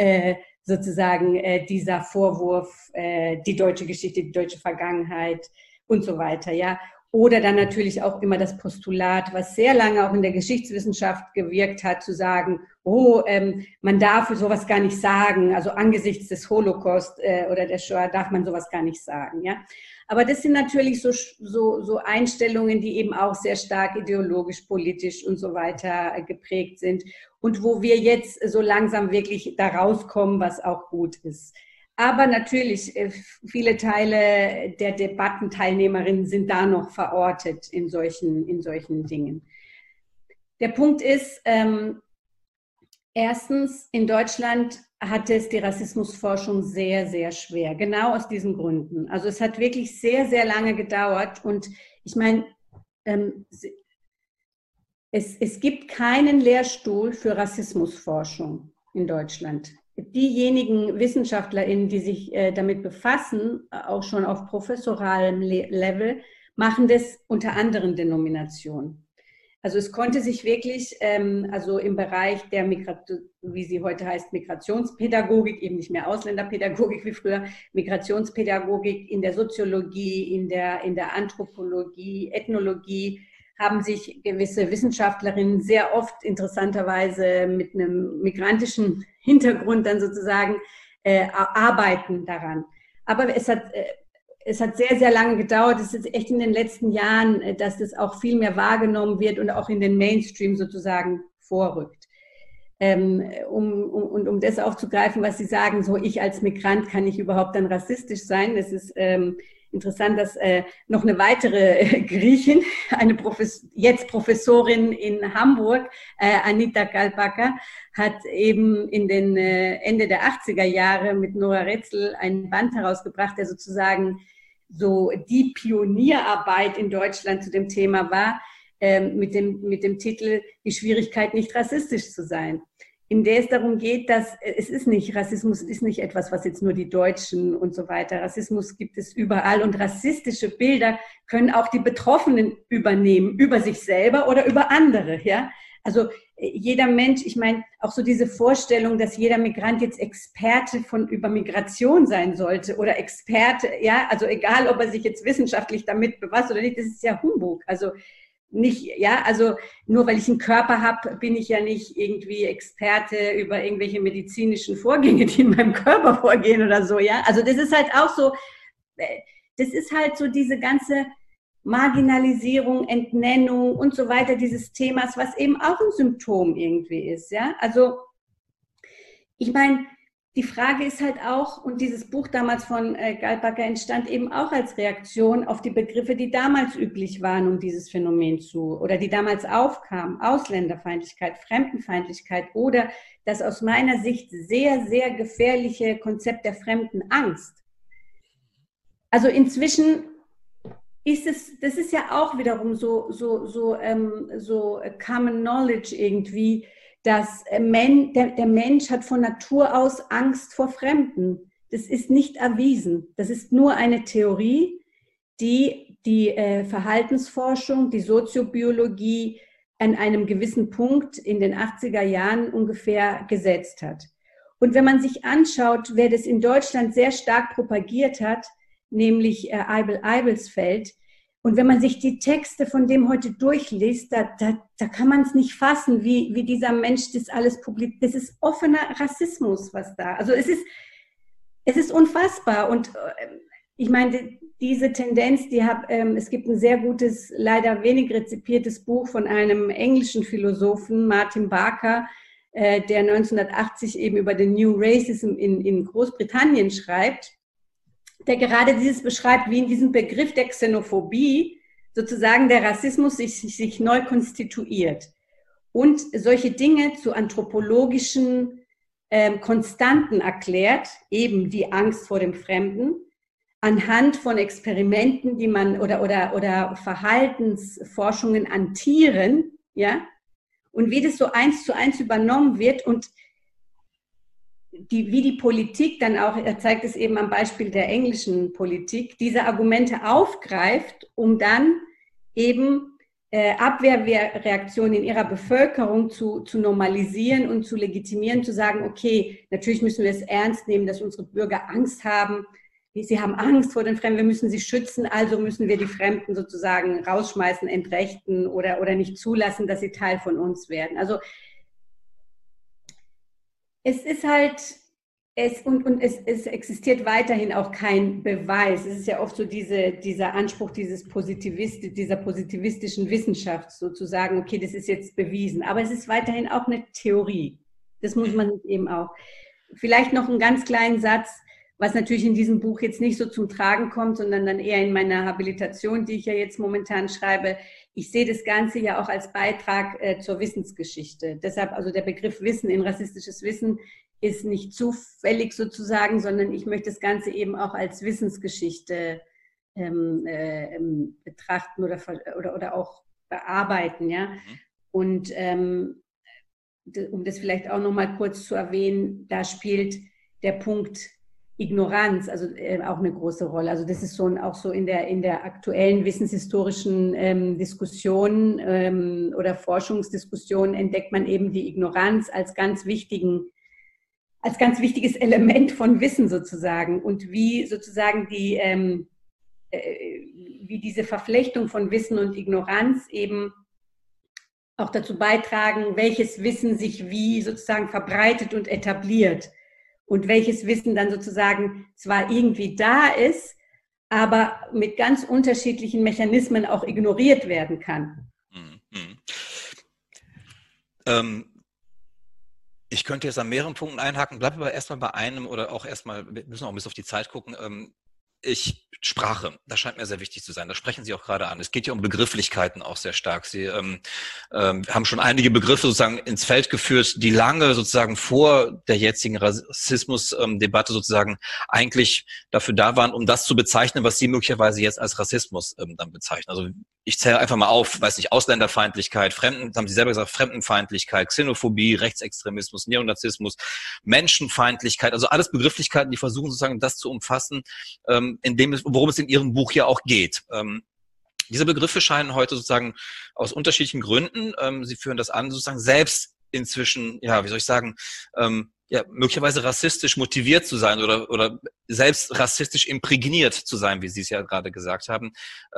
dieser Vorwurf, die deutsche Geschichte, die deutsche Vergangenheit und so weiter, ja. Oder dann natürlich auch immer das Postulat, was sehr lange auch in der Geschichtswissenschaft gewirkt hat, zu sagen, man darf sowas gar nicht sagen, also angesichts des Holocaust oder der Shoah darf man sowas gar nicht sagen, ja. Aber das sind natürlich so Einstellungen, die eben auch sehr stark ideologisch, politisch und so weiter geprägt sind und wo wir jetzt so langsam wirklich da rauskommen, was auch gut ist. Aber natürlich, viele Teile der Debattenteilnehmerinnen sind da noch verortet in solchen Dingen. Der Punkt ist, erstens, in Deutschland hat es die Rassismusforschung sehr, sehr schwer, genau aus diesen Gründen. Also es hat wirklich sehr, sehr lange gedauert und ich meine, es gibt keinen Lehrstuhl für Rassismusforschung in Deutschland. Diejenigen WissenschaftlerInnen, die sich damit befassen, auch schon auf professoralem Level, machen das unter anderen Denominationen. Also es konnte sich wirklich, also im Bereich der wie sie heute heißt, Migrationspädagogik, eben nicht mehr Ausländerpädagogik wie früher, Migrationspädagogik in der Soziologie, in der Anthropologie, Ethnologie, haben sich gewisse Wissenschaftlerinnen sehr oft interessanterweise mit einem migrantischen Hintergrund dann sozusagen arbeiten daran. Aber es hat sehr, sehr lange gedauert. Es ist echt in den letzten Jahren, dass das auch viel mehr wahrgenommen wird und auch in den Mainstream sozusagen vorrückt. Um das aufzugreifen, was Sie sagen, so ich als Migrant kann ich überhaupt dann rassistisch sein. Es ist interessant, dass noch eine weitere Griechin, jetzt Professorin in Hamburg, Anita Kalpaka, hat eben in den Ende der 80er Jahre mit Nora Rätzel einen Band herausgebracht, der sozusagen so die Pionierarbeit in Deutschland zu dem Thema war, mit dem Titel Die Schwierigkeit, nicht rassistisch zu sein. In der es darum geht, dass Rassismus ist nicht etwas, was jetzt nur die Deutschen und so weiter, Rassismus gibt es überall und rassistische Bilder können auch die Betroffenen übernehmen, über sich selber oder über andere, ja. Also jeder Mensch, ich meine, auch so diese Vorstellung, dass jeder Migrant jetzt Experte über Migration sein sollte oder Experte, ja, also egal, ob er sich jetzt wissenschaftlich damit befasst oder nicht, das ist ja Humbug, also nicht, ja, also nur weil ich einen Körper habe, bin ich ja nicht irgendwie Experte über irgendwelche medizinischen Vorgänge, die in meinem Körper vorgehen oder so, ja. Also das ist halt auch so, das ist halt so diese ganze Marginalisierung, Entnennung und so weiter dieses Themas, was eben auch ein Symptom irgendwie ist, ja. Also ich meine, die Frage ist halt auch, und dieses Buch damals von Kalpaka entstand eben auch als Reaktion auf die Begriffe, die damals üblich waren, um dieses Phänomen oder die damals aufkamen, Ausländerfeindlichkeit, Fremdenfeindlichkeit oder das aus meiner Sicht sehr, sehr gefährliche Konzept der Fremdenangst. Also inzwischen das ist ja auch wiederum so Common Knowledge irgendwie, dass der Mensch hat von Natur aus Angst vor Fremden. Das ist nicht erwiesen. Das ist nur eine Theorie, die Verhaltensforschung, die Soziobiologie an einem gewissen Punkt in den 80er Jahren ungefähr gesetzt hat. Und wenn man sich anschaut, wer das in Deutschland sehr stark propagiert hat, nämlich Eibel Eibelsfeld, Und wenn man sich die Texte von dem heute durchliest, da kann man es nicht fassen, wie dieser Mensch das alles publiziert. Das ist offener Rassismus, was da. Also es ist unfassbar. Und ich meine, diese Tendenz, es gibt ein sehr gutes, leider wenig rezipiertes Buch von einem englischen Philosophen, Martin Barker, der 1980 eben über den New Racism in Großbritannien schreibt, der gerade dieses beschreibt, wie in diesem Begriff der Xenophobie sozusagen der Rassismus sich neu konstituiert und solche Dinge zu anthropologischen Konstanten erklärt, eben die Angst vor dem Fremden, anhand von Experimenten, die man oder Verhaltensforschungen an Tieren, ja, und wie das so 1:1 übernommen wird und wie die Politik dann auch, er zeigt es eben am Beispiel der englischen Politik, diese Argumente aufgreift, um dann eben Abwehrreaktionen in ihrer Bevölkerung zu normalisieren und zu legitimieren, zu sagen, okay, natürlich müssen wir es ernst nehmen, dass unsere Bürger Angst haben. Sie haben Angst vor den Fremden, wir müssen sie schützen, also müssen wir die Fremden sozusagen rausschmeißen, entrechten oder nicht zulassen, dass sie Teil von uns werden. Also es ist halt, es existiert weiterhin auch kein Beweis. Es ist ja oft so dieser Anspruch dieser positivistischen Wissenschaft, sozusagen, okay, das ist jetzt bewiesen. Aber es ist weiterhin auch eine Theorie. Das muss man eben auch. Vielleicht noch einen ganz kleinen Satz, was natürlich in diesem Buch jetzt nicht so zum Tragen kommt, sondern dann eher in meiner Habilitation, die ich ja jetzt momentan schreibe. Ich sehe das Ganze ja auch als Beitrag zur Wissensgeschichte. Deshalb, also der Begriff Wissen in rassistisches Wissen ist nicht zufällig sozusagen, sondern ich möchte das Ganze eben auch als Wissensgeschichte betrachten oder auch bearbeiten. Ja? Und um das vielleicht auch noch mal kurz zu erwähnen, da spielt der Punkt Ignoranz, also auch eine große Rolle. Also das ist so auch so in der aktuellen wissenshistorischen Diskussion oder Forschungsdiskussion entdeckt man eben die Ignoranz als ganz wichtiges Element von Wissen sozusagen und wie sozusagen wie diese Verflechtung von Wissen und Ignoranz eben auch dazu beitragen, welches Wissen sich wie sozusagen verbreitet und etabliert. Und welches Wissen dann sozusagen zwar irgendwie da ist, aber mit ganz unterschiedlichen Mechanismen auch ignoriert werden kann. Ich könnte jetzt an mehreren Punkten einhaken, bleibe aber erstmal bei einem oder auch erstmal, wir müssen auch ein bisschen auf die Zeit gucken. Sprache, das scheint mir sehr wichtig zu sein. Das sprechen Sie auch gerade an. Es geht ja um Begrifflichkeiten auch sehr stark. Sie haben schon einige Begriffe sozusagen ins Feld geführt, die lange sozusagen vor der jetzigen Rassismusdebatte sozusagen eigentlich dafür da waren, um das zu bezeichnen, was Sie möglicherweise jetzt als Rassismus dann bezeichnen. Also ich zähle einfach mal auf, weiß nicht, Ausländerfeindlichkeit, haben Sie selber gesagt, Fremdenfeindlichkeit, Xenophobie, Rechtsextremismus, Neonazismus, Menschenfeindlichkeit, also alles Begrifflichkeiten, die versuchen sozusagen das zu umfassen, worum es in Ihrem Buch ja auch geht. Diese Begriffe scheinen heute sozusagen aus unterschiedlichen Gründen, Sie führen das an, sozusagen selbst inzwischen, ja, wie soll ich sagen, ja, möglicherweise rassistisch motiviert zu sein oder selbst rassistisch imprägniert zu sein, wie Sie es ja gerade gesagt haben.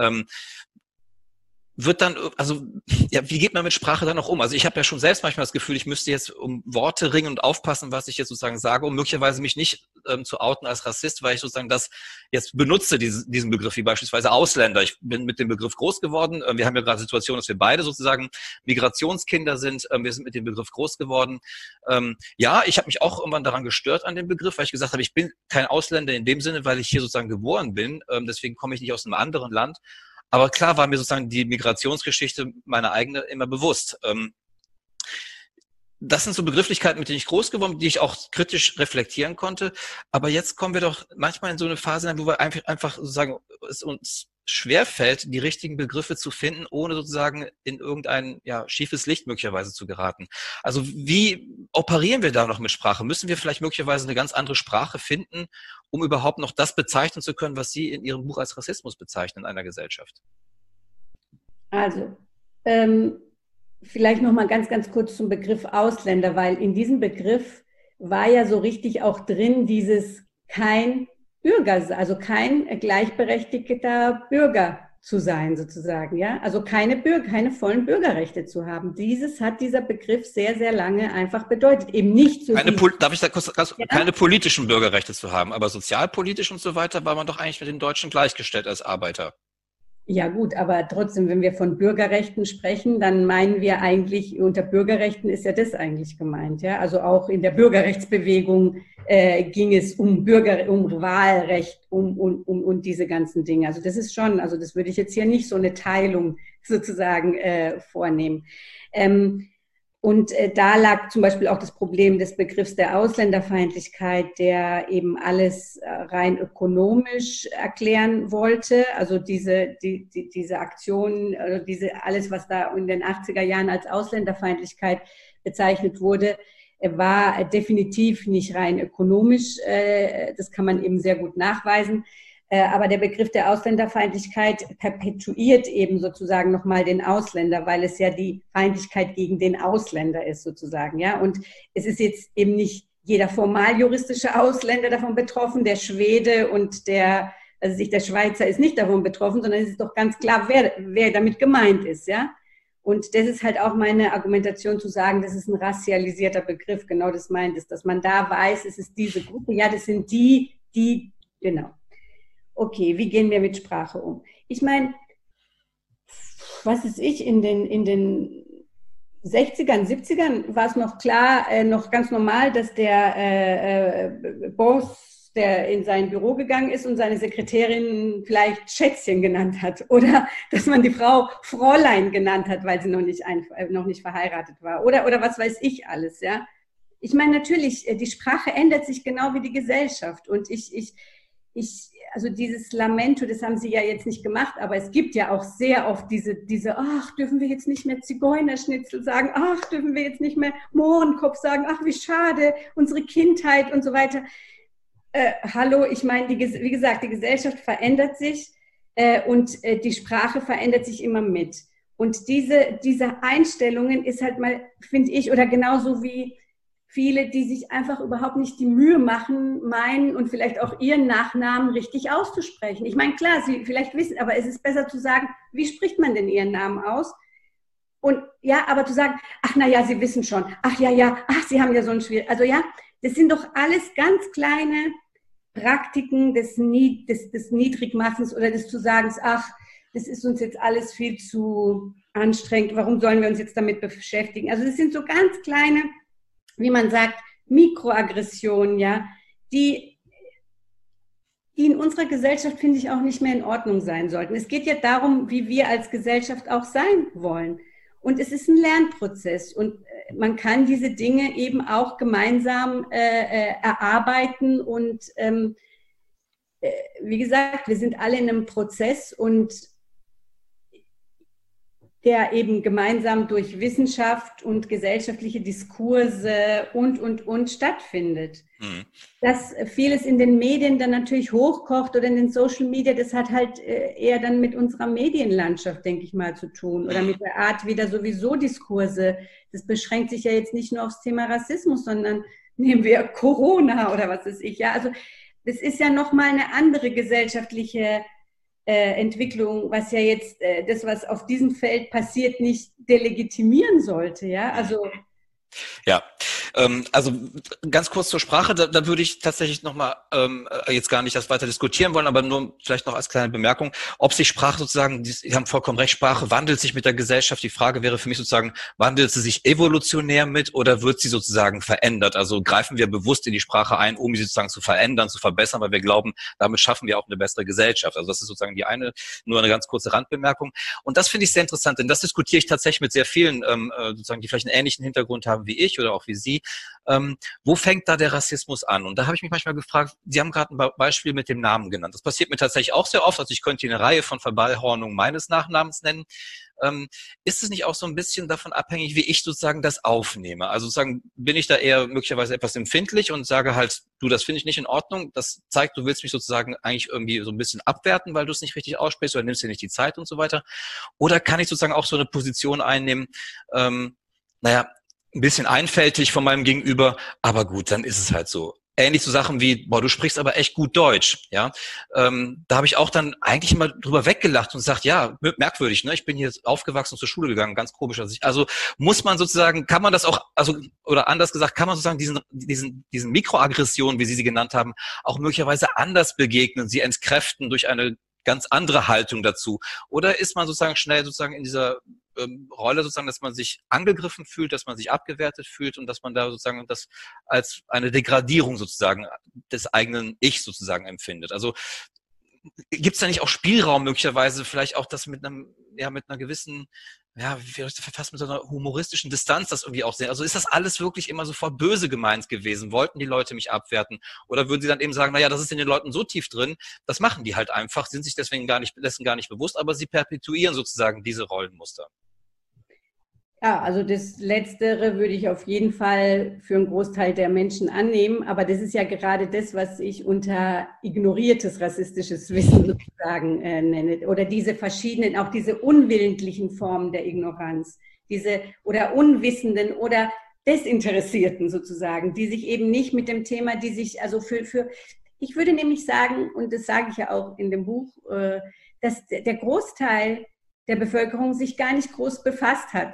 Wird dann, also ja, wie geht man mit Sprache dann noch um? Also ich habe ja schon selbst manchmal das Gefühl, ich müsste jetzt um Worte ringen und aufpassen, was ich jetzt sozusagen sage, um möglicherweise mich nicht zu outen als Rassist, weil ich sozusagen das jetzt benutze, diesen Begriff, wie beispielsweise Ausländer. Ich bin mit dem Begriff groß geworden. Wir haben ja gerade die Situation, dass wir beide sozusagen Migrationskinder sind. Wir sind mit dem Begriff groß geworden. Ja, ich habe mich auch irgendwann daran gestört an dem Begriff, weil ich gesagt habe, ich bin kein Ausländer in dem Sinne, weil ich hier sozusagen geboren bin. Deswegen komme ich nicht aus einem anderen Land. Aber klar war mir sozusagen die Migrationsgeschichte meine eigene immer bewusst. Das sind so Begrifflichkeiten, mit denen ich groß geworden bin, die ich auch kritisch reflektieren konnte. Aber jetzt kommen wir doch manchmal in so eine Phase, wo wir einfach sozusagen es uns schwerfällt, die richtigen Begriffe zu finden, ohne sozusagen in irgendein schiefes Licht möglicherweise zu geraten. Also wie operieren wir da noch mit Sprache? Müssen wir vielleicht möglicherweise eine ganz andere Sprache finden, um überhaupt noch das bezeichnen zu können, was Sie in Ihrem Buch als Rassismus bezeichnen in einer Gesellschaft? Also, vielleicht noch mal ganz, ganz kurz zum Begriff Ausländer, weil in diesem Begriff war ja so richtig auch drin dieses kein Bürger, also kein gleichberechtigter Bürger zu sein, sozusagen, ja. Also keine vollen Bürgerrechte zu haben. Dieses hat dieser Begriff sehr, sehr lange einfach bedeutet. Eben nicht so. Darf ich da kurz, keine politischen Bürgerrechte zu haben, aber sozialpolitisch und so weiter war man doch eigentlich mit den Deutschen gleichgestellt als Arbeiter. Ja gut, aber trotzdem, wenn wir von Bürgerrechten sprechen, dann meinen wir eigentlich, unter Bürgerrechten ist ja das eigentlich gemeint. Ja? Also auch in der Bürgerrechtsbewegung ging es um Wahlrecht, um diese ganzen Dinge. Also das ist schon, also das würde ich jetzt hier nicht so eine Teilung sozusagen vornehmen. Und da lag zum Beispiel auch das Problem des Begriffs der Ausländerfeindlichkeit, der eben alles rein ökonomisch erklären wollte. Also diese Aktionen, alles, was da in den 80er Jahren als Ausländerfeindlichkeit bezeichnet wurde, war definitiv nicht rein ökonomisch. Das kann man eben sehr gut nachweisen. Aber der Begriff der Ausländerfeindlichkeit perpetuiert eben sozusagen nochmal den Ausländer, weil es ja die Feindlichkeit gegen den Ausländer ist sozusagen, ja. Und es ist jetzt eben nicht jeder formal juristische Ausländer davon betroffen, der Schwede und der Schweizer ist nicht davon betroffen, sondern es ist doch ganz klar, wer damit gemeint ist, ja. Und das ist halt auch meine Argumentation zu sagen, das ist ein rassialisierter Begriff, genau das meint es, dass man da weiß, es ist diese Gruppe, ja, das sind die, genau. Okay, wie gehen wir mit Sprache um? Ich meine, was ist in den 60ern, 70ern war es noch klar, noch ganz normal, dass der Boss, der in sein Büro gegangen ist und seine Sekretärin vielleicht Schätzchen genannt hat oder dass man die Frau Fräulein genannt hat, weil sie noch nicht verheiratet war oder was weiß ich alles, ja. Ich meine, natürlich, die Sprache ändert sich genau wie die Gesellschaft und also dieses Lamento, das haben sie ja jetzt nicht gemacht, aber es gibt ja auch sehr oft diese, ach, dürfen wir jetzt nicht mehr Zigeunerschnitzel sagen, ach, dürfen wir jetzt nicht mehr Mohrenkopf sagen, ach, wie schade, unsere Kindheit und so weiter. Hallo, ich meine, wie gesagt, die Gesellschaft verändert sich und die Sprache verändert sich immer mit. Und diese Einstellungen ist halt mal, finde ich, oder genauso wie viele, die sich einfach überhaupt nicht die Mühe machen, meinen und vielleicht auch ihren Nachnamen richtig auszusprechen. Ich meine, klar, sie vielleicht wissen, aber es ist besser zu sagen, wie spricht man denn ihren Namen aus? Und ja, aber zu sagen, ach na ja, sie wissen schon, ach ja, ach, sie haben ja so ein Schwierig. Also ja, das sind doch alles ganz kleine Praktiken des Niedrigmachens oder des zu sagen, ach, das ist uns jetzt alles viel zu anstrengend, warum sollen wir uns jetzt damit beschäftigen? Also das sind so ganz kleine, wie man sagt, Mikroaggressionen, ja, die in unserer Gesellschaft, finde ich, auch nicht mehr in Ordnung sein sollten. Es geht ja darum, wie wir als Gesellschaft auch sein wollen. Und es ist ein Lernprozess und man kann diese Dinge eben auch gemeinsam erarbeiten und wie gesagt, wir sind alle in einem Prozess und der eben gemeinsam durch Wissenschaft und gesellschaftliche Diskurse und stattfindet. Mhm. Dass vieles in den Medien dann natürlich hochkocht oder in den Social Media, das hat halt eher dann mit unserer Medienlandschaft, denke ich mal, zu tun oder mit der Art, wie da sowieso Diskurse, das beschränkt sich ja jetzt nicht nur aufs Thema Rassismus, sondern nehmen wir Corona oder was weiß ich. Ja, also das ist ja nochmal eine andere gesellschaftliche Entwicklung, was ja jetzt das, was auf diesem Feld passiert, nicht delegitimieren sollte, ja, also ja, also ganz kurz zur Sprache, da würde ich tatsächlich nochmal jetzt gar nicht das weiter diskutieren wollen, aber nur vielleicht noch als kleine Bemerkung, ob sich Sprache sozusagen, Sie haben vollkommen recht, Sprache wandelt sich mit der Gesellschaft. Die Frage wäre für mich sozusagen, wandelt sie sich evolutionär mit oder wird sie sozusagen verändert? Also greifen wir bewusst in die Sprache ein, um sie sozusagen zu verändern, zu verbessern, weil wir glauben, damit schaffen wir auch eine bessere Gesellschaft. Also das ist sozusagen nur eine ganz kurze Randbemerkung. Und das finde ich sehr interessant, denn das diskutiere ich tatsächlich mit sehr vielen, sozusagen, die vielleicht einen ähnlichen Hintergrund haben wie ich oder auch wie Sie. Wo fängt da der Rassismus an? Und da habe ich mich manchmal gefragt, Sie haben gerade ein Beispiel mit dem Namen genannt. Das passiert mir tatsächlich auch sehr oft. Also ich könnte hier eine Reihe von Verballhornungen meines Nachnamens nennen. Ist es nicht auch so ein bisschen davon abhängig, wie ich sozusagen das aufnehme? Also sozusagen bin ich da eher möglicherweise etwas empfindlich und sage halt, du, das finde ich nicht in Ordnung. Das zeigt, du willst mich sozusagen eigentlich irgendwie so ein bisschen abwerten, weil du es nicht richtig aussprichst oder nimmst dir nicht die Zeit und so weiter. Oder kann ich sozusagen auch so eine Position einnehmen, ein bisschen einfältig von meinem Gegenüber, aber gut, dann ist es halt so. ähnlich zu Sachen wie, boah, du sprichst aber echt gut Deutsch, ja. Da habe ich auch dann eigentlich immer drüber weggelacht und gesagt, ja, merkwürdig, ne? Ich bin hier aufgewachsen, zur Schule gegangen, ganz komisch. Also muss man sozusagen, kann man das auch, also, oder anders gesagt, kann man sozusagen diesen Mikroaggressionen, wie Sie genannt haben, auch möglicherweise anders begegnen, sie entkräften durch eine ganz andere Haltung dazu? Oder ist man sozusagen schnell sozusagen in dieser Rolle sozusagen, dass man sich angegriffen fühlt, dass man sich abgewertet fühlt und dass man da sozusagen das als eine Degradierung sozusagen des eigenen Ich sozusagen empfindet? Also gibt es da nicht auch Spielraum möglicherweise, vielleicht auch das mit einer gewissen, ja, fast mit so einer humoristischen Distanz das irgendwie auch sehen? Also ist das alles wirklich immer sofort böse gemeint gewesen? Wollten die Leute mich abwerten? Oder würden sie dann eben sagen, naja, das ist in den Leuten so tief drin, das machen die halt einfach, sind sich dessen gar nicht bewusst, aber sie perpetuieren sozusagen diese Rollenmuster. Ja, also das Letztere würde ich auf jeden Fall für einen Großteil der Menschen annehmen, aber das ist ja gerade das, was ich unter ignoriertes rassistisches Wissen sozusagen nenne. Oder diese verschiedenen, auch diese unwillentlichen Formen der Ignoranz, diese oder Unwissenden oder Desinteressierten sozusagen, die sich eben nicht mit dem Thema, die sich, also ich würde nämlich sagen, und das sage ich ja auch in dem Buch, dass der Großteil der Bevölkerung sich gar nicht groß befasst hat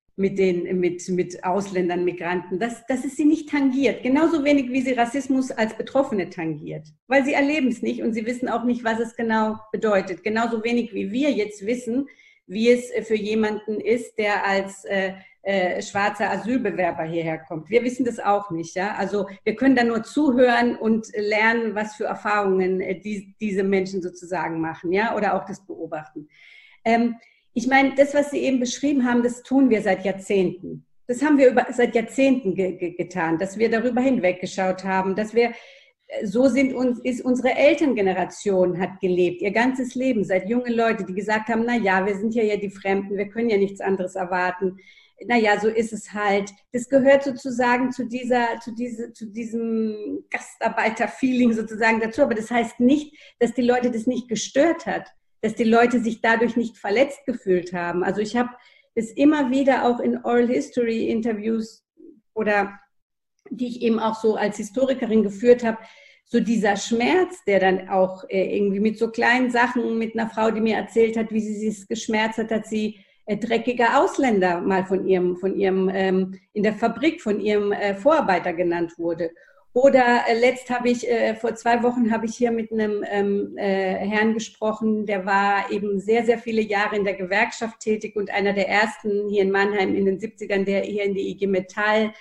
mit Ausländern, Migranten, dass es sie nicht tangiert. Genauso wenig, wie sie Rassismus als Betroffene tangiert. Weil sie erleben es nicht und sie wissen auch nicht, was es genau bedeutet. Genauso wenig, wie wir jetzt wissen, wie es für jemanden ist, der als schwarzer Asylbewerber hierher kommt. Wir wissen das auch nicht. Ja? Also wir können da nur zuhören und lernen, was für Erfahrungen diese Menschen sozusagen machen, ja, oder auch das beobachten. Ich meine, das, was Sie eben beschrieben haben, das tun wir seit Jahrzehnten. Das haben wir seit Jahrzehnten getan, dass wir darüber hinweggeschaut haben, dass wir, ist unsere Elterngeneration hat gelebt, ihr ganzes Leben, seit junge Leute, die gesagt haben, na ja, wir sind ja die Fremden, wir können ja nichts anderes erwarten. Naja, so ist es halt. Das gehört sozusagen zu diesem Gastarbeiter-Feeling sozusagen dazu, aber das heißt nicht, dass die Leute das nicht gestört hat, dass die Leute sich dadurch nicht verletzt gefühlt haben. Also ich habe das immer wieder auch in Oral History Interviews oder die ich eben auch so als Historikerin geführt habe, so dieser Schmerz, der dann auch irgendwie mit so kleinen Sachen, mit einer Frau, die mir erzählt hat, wie sie es geschmerzt hat, dass sie dreckiger Ausländer mal von ihrem in der Fabrik von ihrem Vorarbeiter genannt wurde. Oder vor 2 Wochen habe ich hier mit einem Herrn gesprochen, der war eben sehr, sehr viele Jahre in der Gewerkschaft tätig und einer der ersten hier in Mannheim in den 70ern, der hier in die IG Metall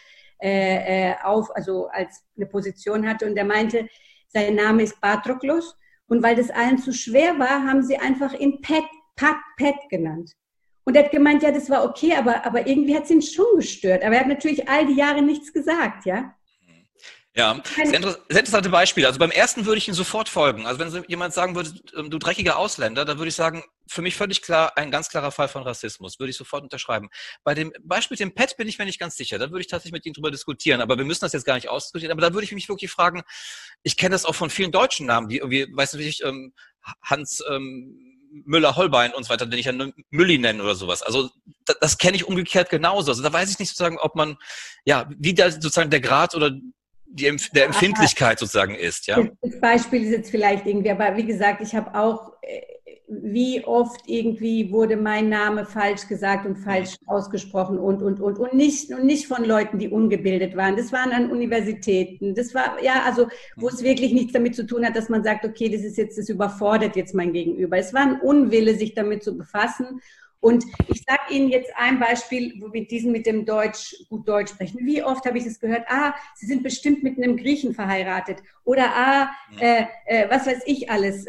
also als eine Position hatte. Und der meinte, sein Name ist Patroklos. Und weil das allen zu schwer war, haben sie einfach ihn Pat genannt. Und er hat gemeint, ja, das war okay, aber irgendwie hat es ihn schon gestört. Aber er hat natürlich all die Jahre nichts gesagt, ja. Ja, sehr interessante Beispiele. Also beim ersten würde ich Ihnen sofort folgen. Also wenn jemand sagen würde, du dreckiger Ausländer, dann würde ich sagen, für mich völlig klar, ein ganz klarer Fall von Rassismus. Würde ich sofort unterschreiben. Bei dem Beispiel mit dem Pet bin ich mir nicht ganz sicher. Da würde ich tatsächlich mit Ihnen drüber diskutieren. Aber wir müssen das jetzt gar nicht ausdiskutieren. Aber da würde ich mich wirklich fragen, ich kenne das auch von vielen deutschen Namen, die irgendwie, weiß nicht, Hans Müller-Holbein und so weiter, den ich ja Mülli nennen oder sowas. Also das kenne ich umgekehrt genauso. Also da weiß ich nicht sozusagen, ob man, ja, wie da sozusagen der Grad oder der Empfindlichkeit sozusagen ist, ja. Das Beispiel ist jetzt vielleicht irgendwie, aber wie gesagt, ich habe auch, wie oft irgendwie wurde mein Name falsch gesagt und falsch ausgesprochen und nicht von Leuten, die ungebildet waren. Das waren an Universitäten. Das war, ja, also, wo es wirklich nichts damit zu tun hat, dass man sagt, okay, das überfordert jetzt mein Gegenüber. Es war ein Unwille, sich damit zu befassen. Und ich sage Ihnen jetzt ein Beispiel, wo wir mit dem gut Deutsch sprechen. Wie oft habe ich das gehört? Sie sind bestimmt mit einem Griechen verheiratet. Oder was weiß ich alles.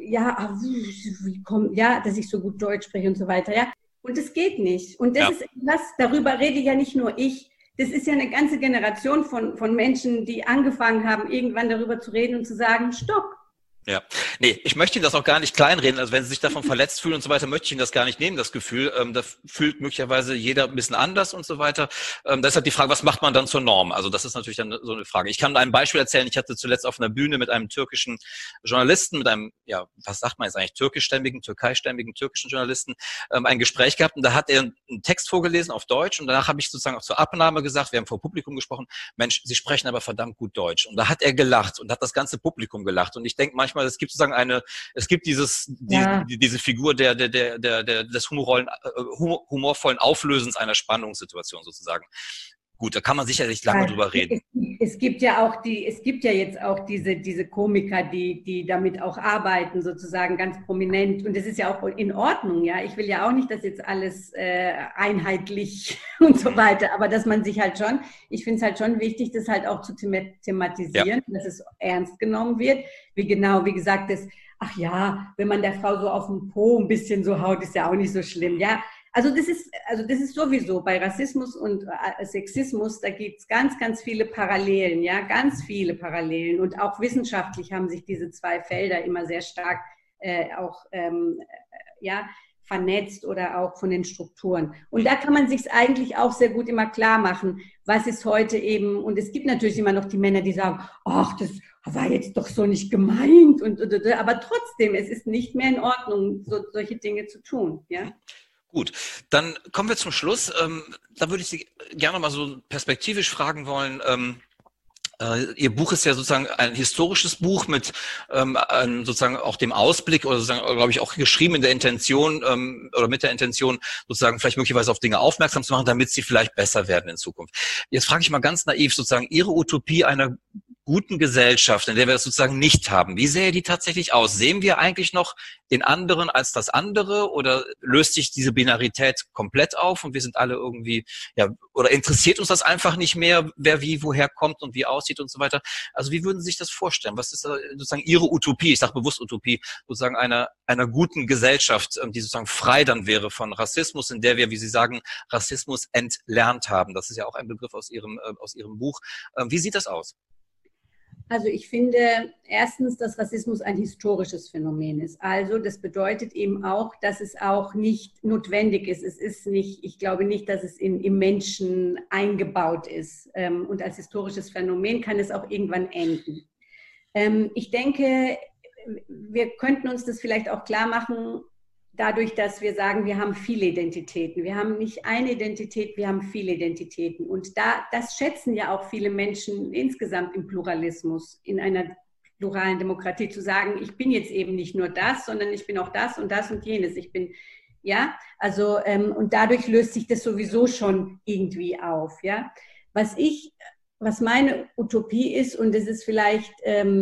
Wie kommt, ja, dass ich so gut Deutsch spreche und so weiter. Ja, und das geht nicht. Und das ist etwas, darüber rede ja nicht nur ich. Das ist ja eine ganze Generation von Menschen, die angefangen haben, irgendwann darüber zu reden und zu sagen, stopp. Ja, nee, ich möchte Ihnen das auch gar nicht kleinreden. Also wenn Sie sich davon verletzt fühlen und so weiter, möchte ich Ihnen das gar nicht nehmen, das Gefühl. Da fühlt möglicherweise jeder ein bisschen anders und so weiter. Deshalb die Frage, was macht man dann zur Norm? Also das ist natürlich dann so eine Frage. Ich kann ein Beispiel erzählen. Ich hatte zuletzt auf einer Bühne mit einem türkischen Journalisten, mit einem, ja, was sagt man jetzt eigentlich, türkeistämmigen türkischen Journalisten, ein Gespräch gehabt. Und da hat er einen Text vorgelesen auf Deutsch. Und danach habe ich sozusagen auch zur Abnahme gesagt, wir haben vor Publikum gesprochen, Mensch, Sie sprechen aber verdammt gut Deutsch. Und da hat er gelacht und hat das ganze Publikum gelacht. Und ich denke manchmal, es gibt sozusagen diese Figur des humorvollen Auflösens einer Spannungssituation sozusagen. Gut, da kann man sicherlich lange drüber reden. Es gibt ja jetzt auch diese Komiker, die damit auch arbeiten, sozusagen ganz prominent. Und das ist ja auch in Ordnung, ja. Ich will ja auch nicht, dass jetzt alles einheitlich und so weiter, aber dass man sich halt schon, ich finde es halt schon wichtig, das halt auch zu thematisieren, dass es ernst genommen wird. Wie gesagt, ach ja, wenn man der Frau so auf den Po ein bisschen so haut, ist ja auch nicht so schlimm, ja. Also das ist sowieso bei Rassismus und Sexismus, da gibt es ganz, ganz viele Parallelen, ja, ganz viele Parallelen. Und auch wissenschaftlich haben sich diese zwei Felder immer sehr stark vernetzt oder auch von den Strukturen. Und da kann man sich eigentlich auch sehr gut immer klar machen, was ist heute eben, und es gibt natürlich immer noch die Männer, die sagen, ach, das war jetzt doch so nicht gemeint, aber trotzdem, es ist nicht mehr in Ordnung, solche Dinge zu tun, ja. Gut, dann kommen wir zum Schluss. Da würde ich Sie gerne mal so perspektivisch fragen wollen. Ihr Buch ist ja sozusagen ein historisches Buch mit sozusagen auch dem Ausblick oder sozusagen, glaube ich, auch geschrieben in der Intention oder mit der Intention, sozusagen vielleicht möglicherweise auf Dinge aufmerksam zu machen, damit sie vielleicht besser werden in Zukunft. Jetzt frage ich mal ganz naiv sozusagen Ihre Utopie einer guten Gesellschaft, in der wir das sozusagen nicht haben. Wie sähe die tatsächlich aus? Sehen wir eigentlich noch den anderen als das andere oder löst sich diese Binarität komplett auf und wir sind alle irgendwie, ja, oder interessiert uns das einfach nicht mehr, wer wie woher kommt und wie aussieht und so weiter? Also wie würden Sie sich das vorstellen? Was ist sozusagen Ihre Utopie? Ich sage bewusst Utopie, sozusagen einer guten Gesellschaft, die sozusagen frei dann wäre von Rassismus, in der wir, wie Sie sagen, Rassismus entlernt haben. Das ist ja auch ein Begriff aus Ihrem Buch. Wie sieht das aus? Also ich finde erstens, dass Rassismus ein historisches Phänomen ist. Also das bedeutet eben auch, dass es auch nicht notwendig ist. Ich glaube nicht, dass es im Menschen eingebaut ist. Und als historisches Phänomen kann es auch irgendwann enden. Ich denke, wir könnten uns das vielleicht auch klar machen, dadurch, dass wir sagen, wir haben viele Identitäten. Wir haben nicht eine Identität, wir haben viele Identitäten. Und das schätzen ja auch viele Menschen insgesamt im Pluralismus, in einer pluralen Demokratie, zu sagen, ich bin jetzt eben nicht nur das, sondern ich bin auch das und jenes. Ich bin, ja, also, und dadurch löst sich das sowieso schon irgendwie auf, ja. Was meine Utopie ist, und das ist vielleicht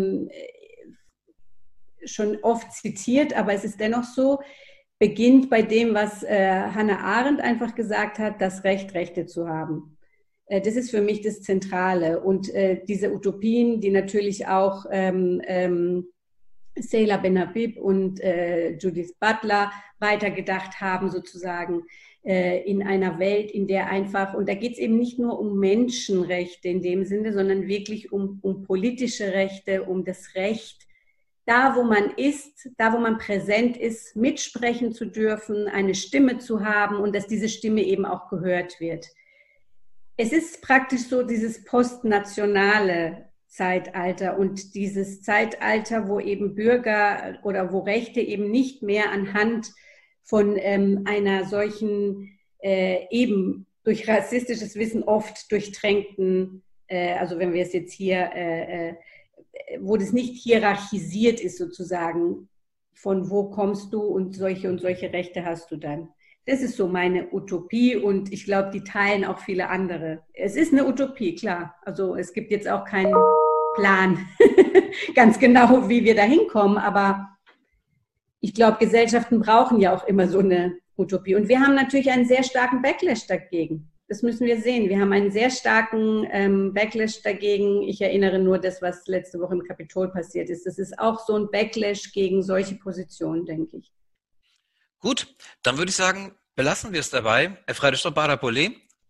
schon oft zitiert, aber es ist dennoch so, beginnt bei dem, was Hannah Arendt einfach gesagt hat, das Recht, Rechte zu haben. Das ist für mich das Zentrale. Und diese Utopien, die natürlich auch Seyla Benhabib und Judith Butler weitergedacht haben, sozusagen in einer Welt, in der einfach, und da geht es eben nicht nur um Menschenrechte in dem Sinne, sondern wirklich um politische Rechte, um das Recht, da, wo man ist, da, wo man präsent ist, mitsprechen zu dürfen, eine Stimme zu haben und dass diese Stimme eben auch gehört wird. Es ist praktisch so dieses postnationale Zeitalter und dieses Zeitalter, wo eben Bürger oder wo Rechte eben nicht mehr anhand von einer solchen eben durch rassistisches Wissen oft durchtränkten, also wenn wir es jetzt hier wo das nicht hierarchisiert ist sozusagen, von wo kommst du und solche Rechte hast du dann. Das ist so meine Utopie und ich glaube, die teilen auch viele andere. Es ist eine Utopie, klar. Also es gibt jetzt auch keinen Plan, ganz genau, wie wir da hinkommen, aber ich glaube, Gesellschaften brauchen ja auch immer so eine Utopie. Und wir haben natürlich einen sehr starken Backlash dagegen. Das müssen wir sehen. Wir haben einen sehr starken Backlash dagegen. Ich erinnere nur das, was letzte Woche im Kapitol passiert ist. Das ist auch so ein Backlash gegen solche Positionen, denke ich. Gut, dann würde ich sagen, belassen wir es dabei. Efraide Barapolé,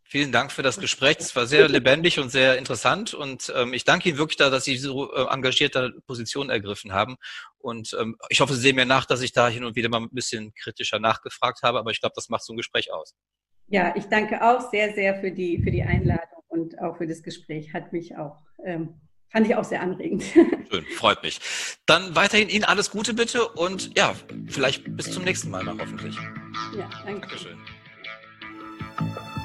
Vielen Dank für das Gespräch. Es war sehr lebendig und sehr interessant. Und ich danke Ihnen wirklich, dass Sie so engagierte Positionen ergriffen haben. Und ich hoffe, Sie sehen mir nach, dass ich da hin und wieder mal ein bisschen kritischer nachgefragt habe. Aber ich glaube, das macht so ein Gespräch aus. Ja, ich danke auch sehr, sehr für die Einladung und auch für das Gespräch. Fand ich auch sehr anregend. Schön, freut mich. Dann weiterhin Ihnen alles Gute bitte und ja, vielleicht bis zum nächsten Mal noch hoffentlich. Ja, danke. Dankeschön.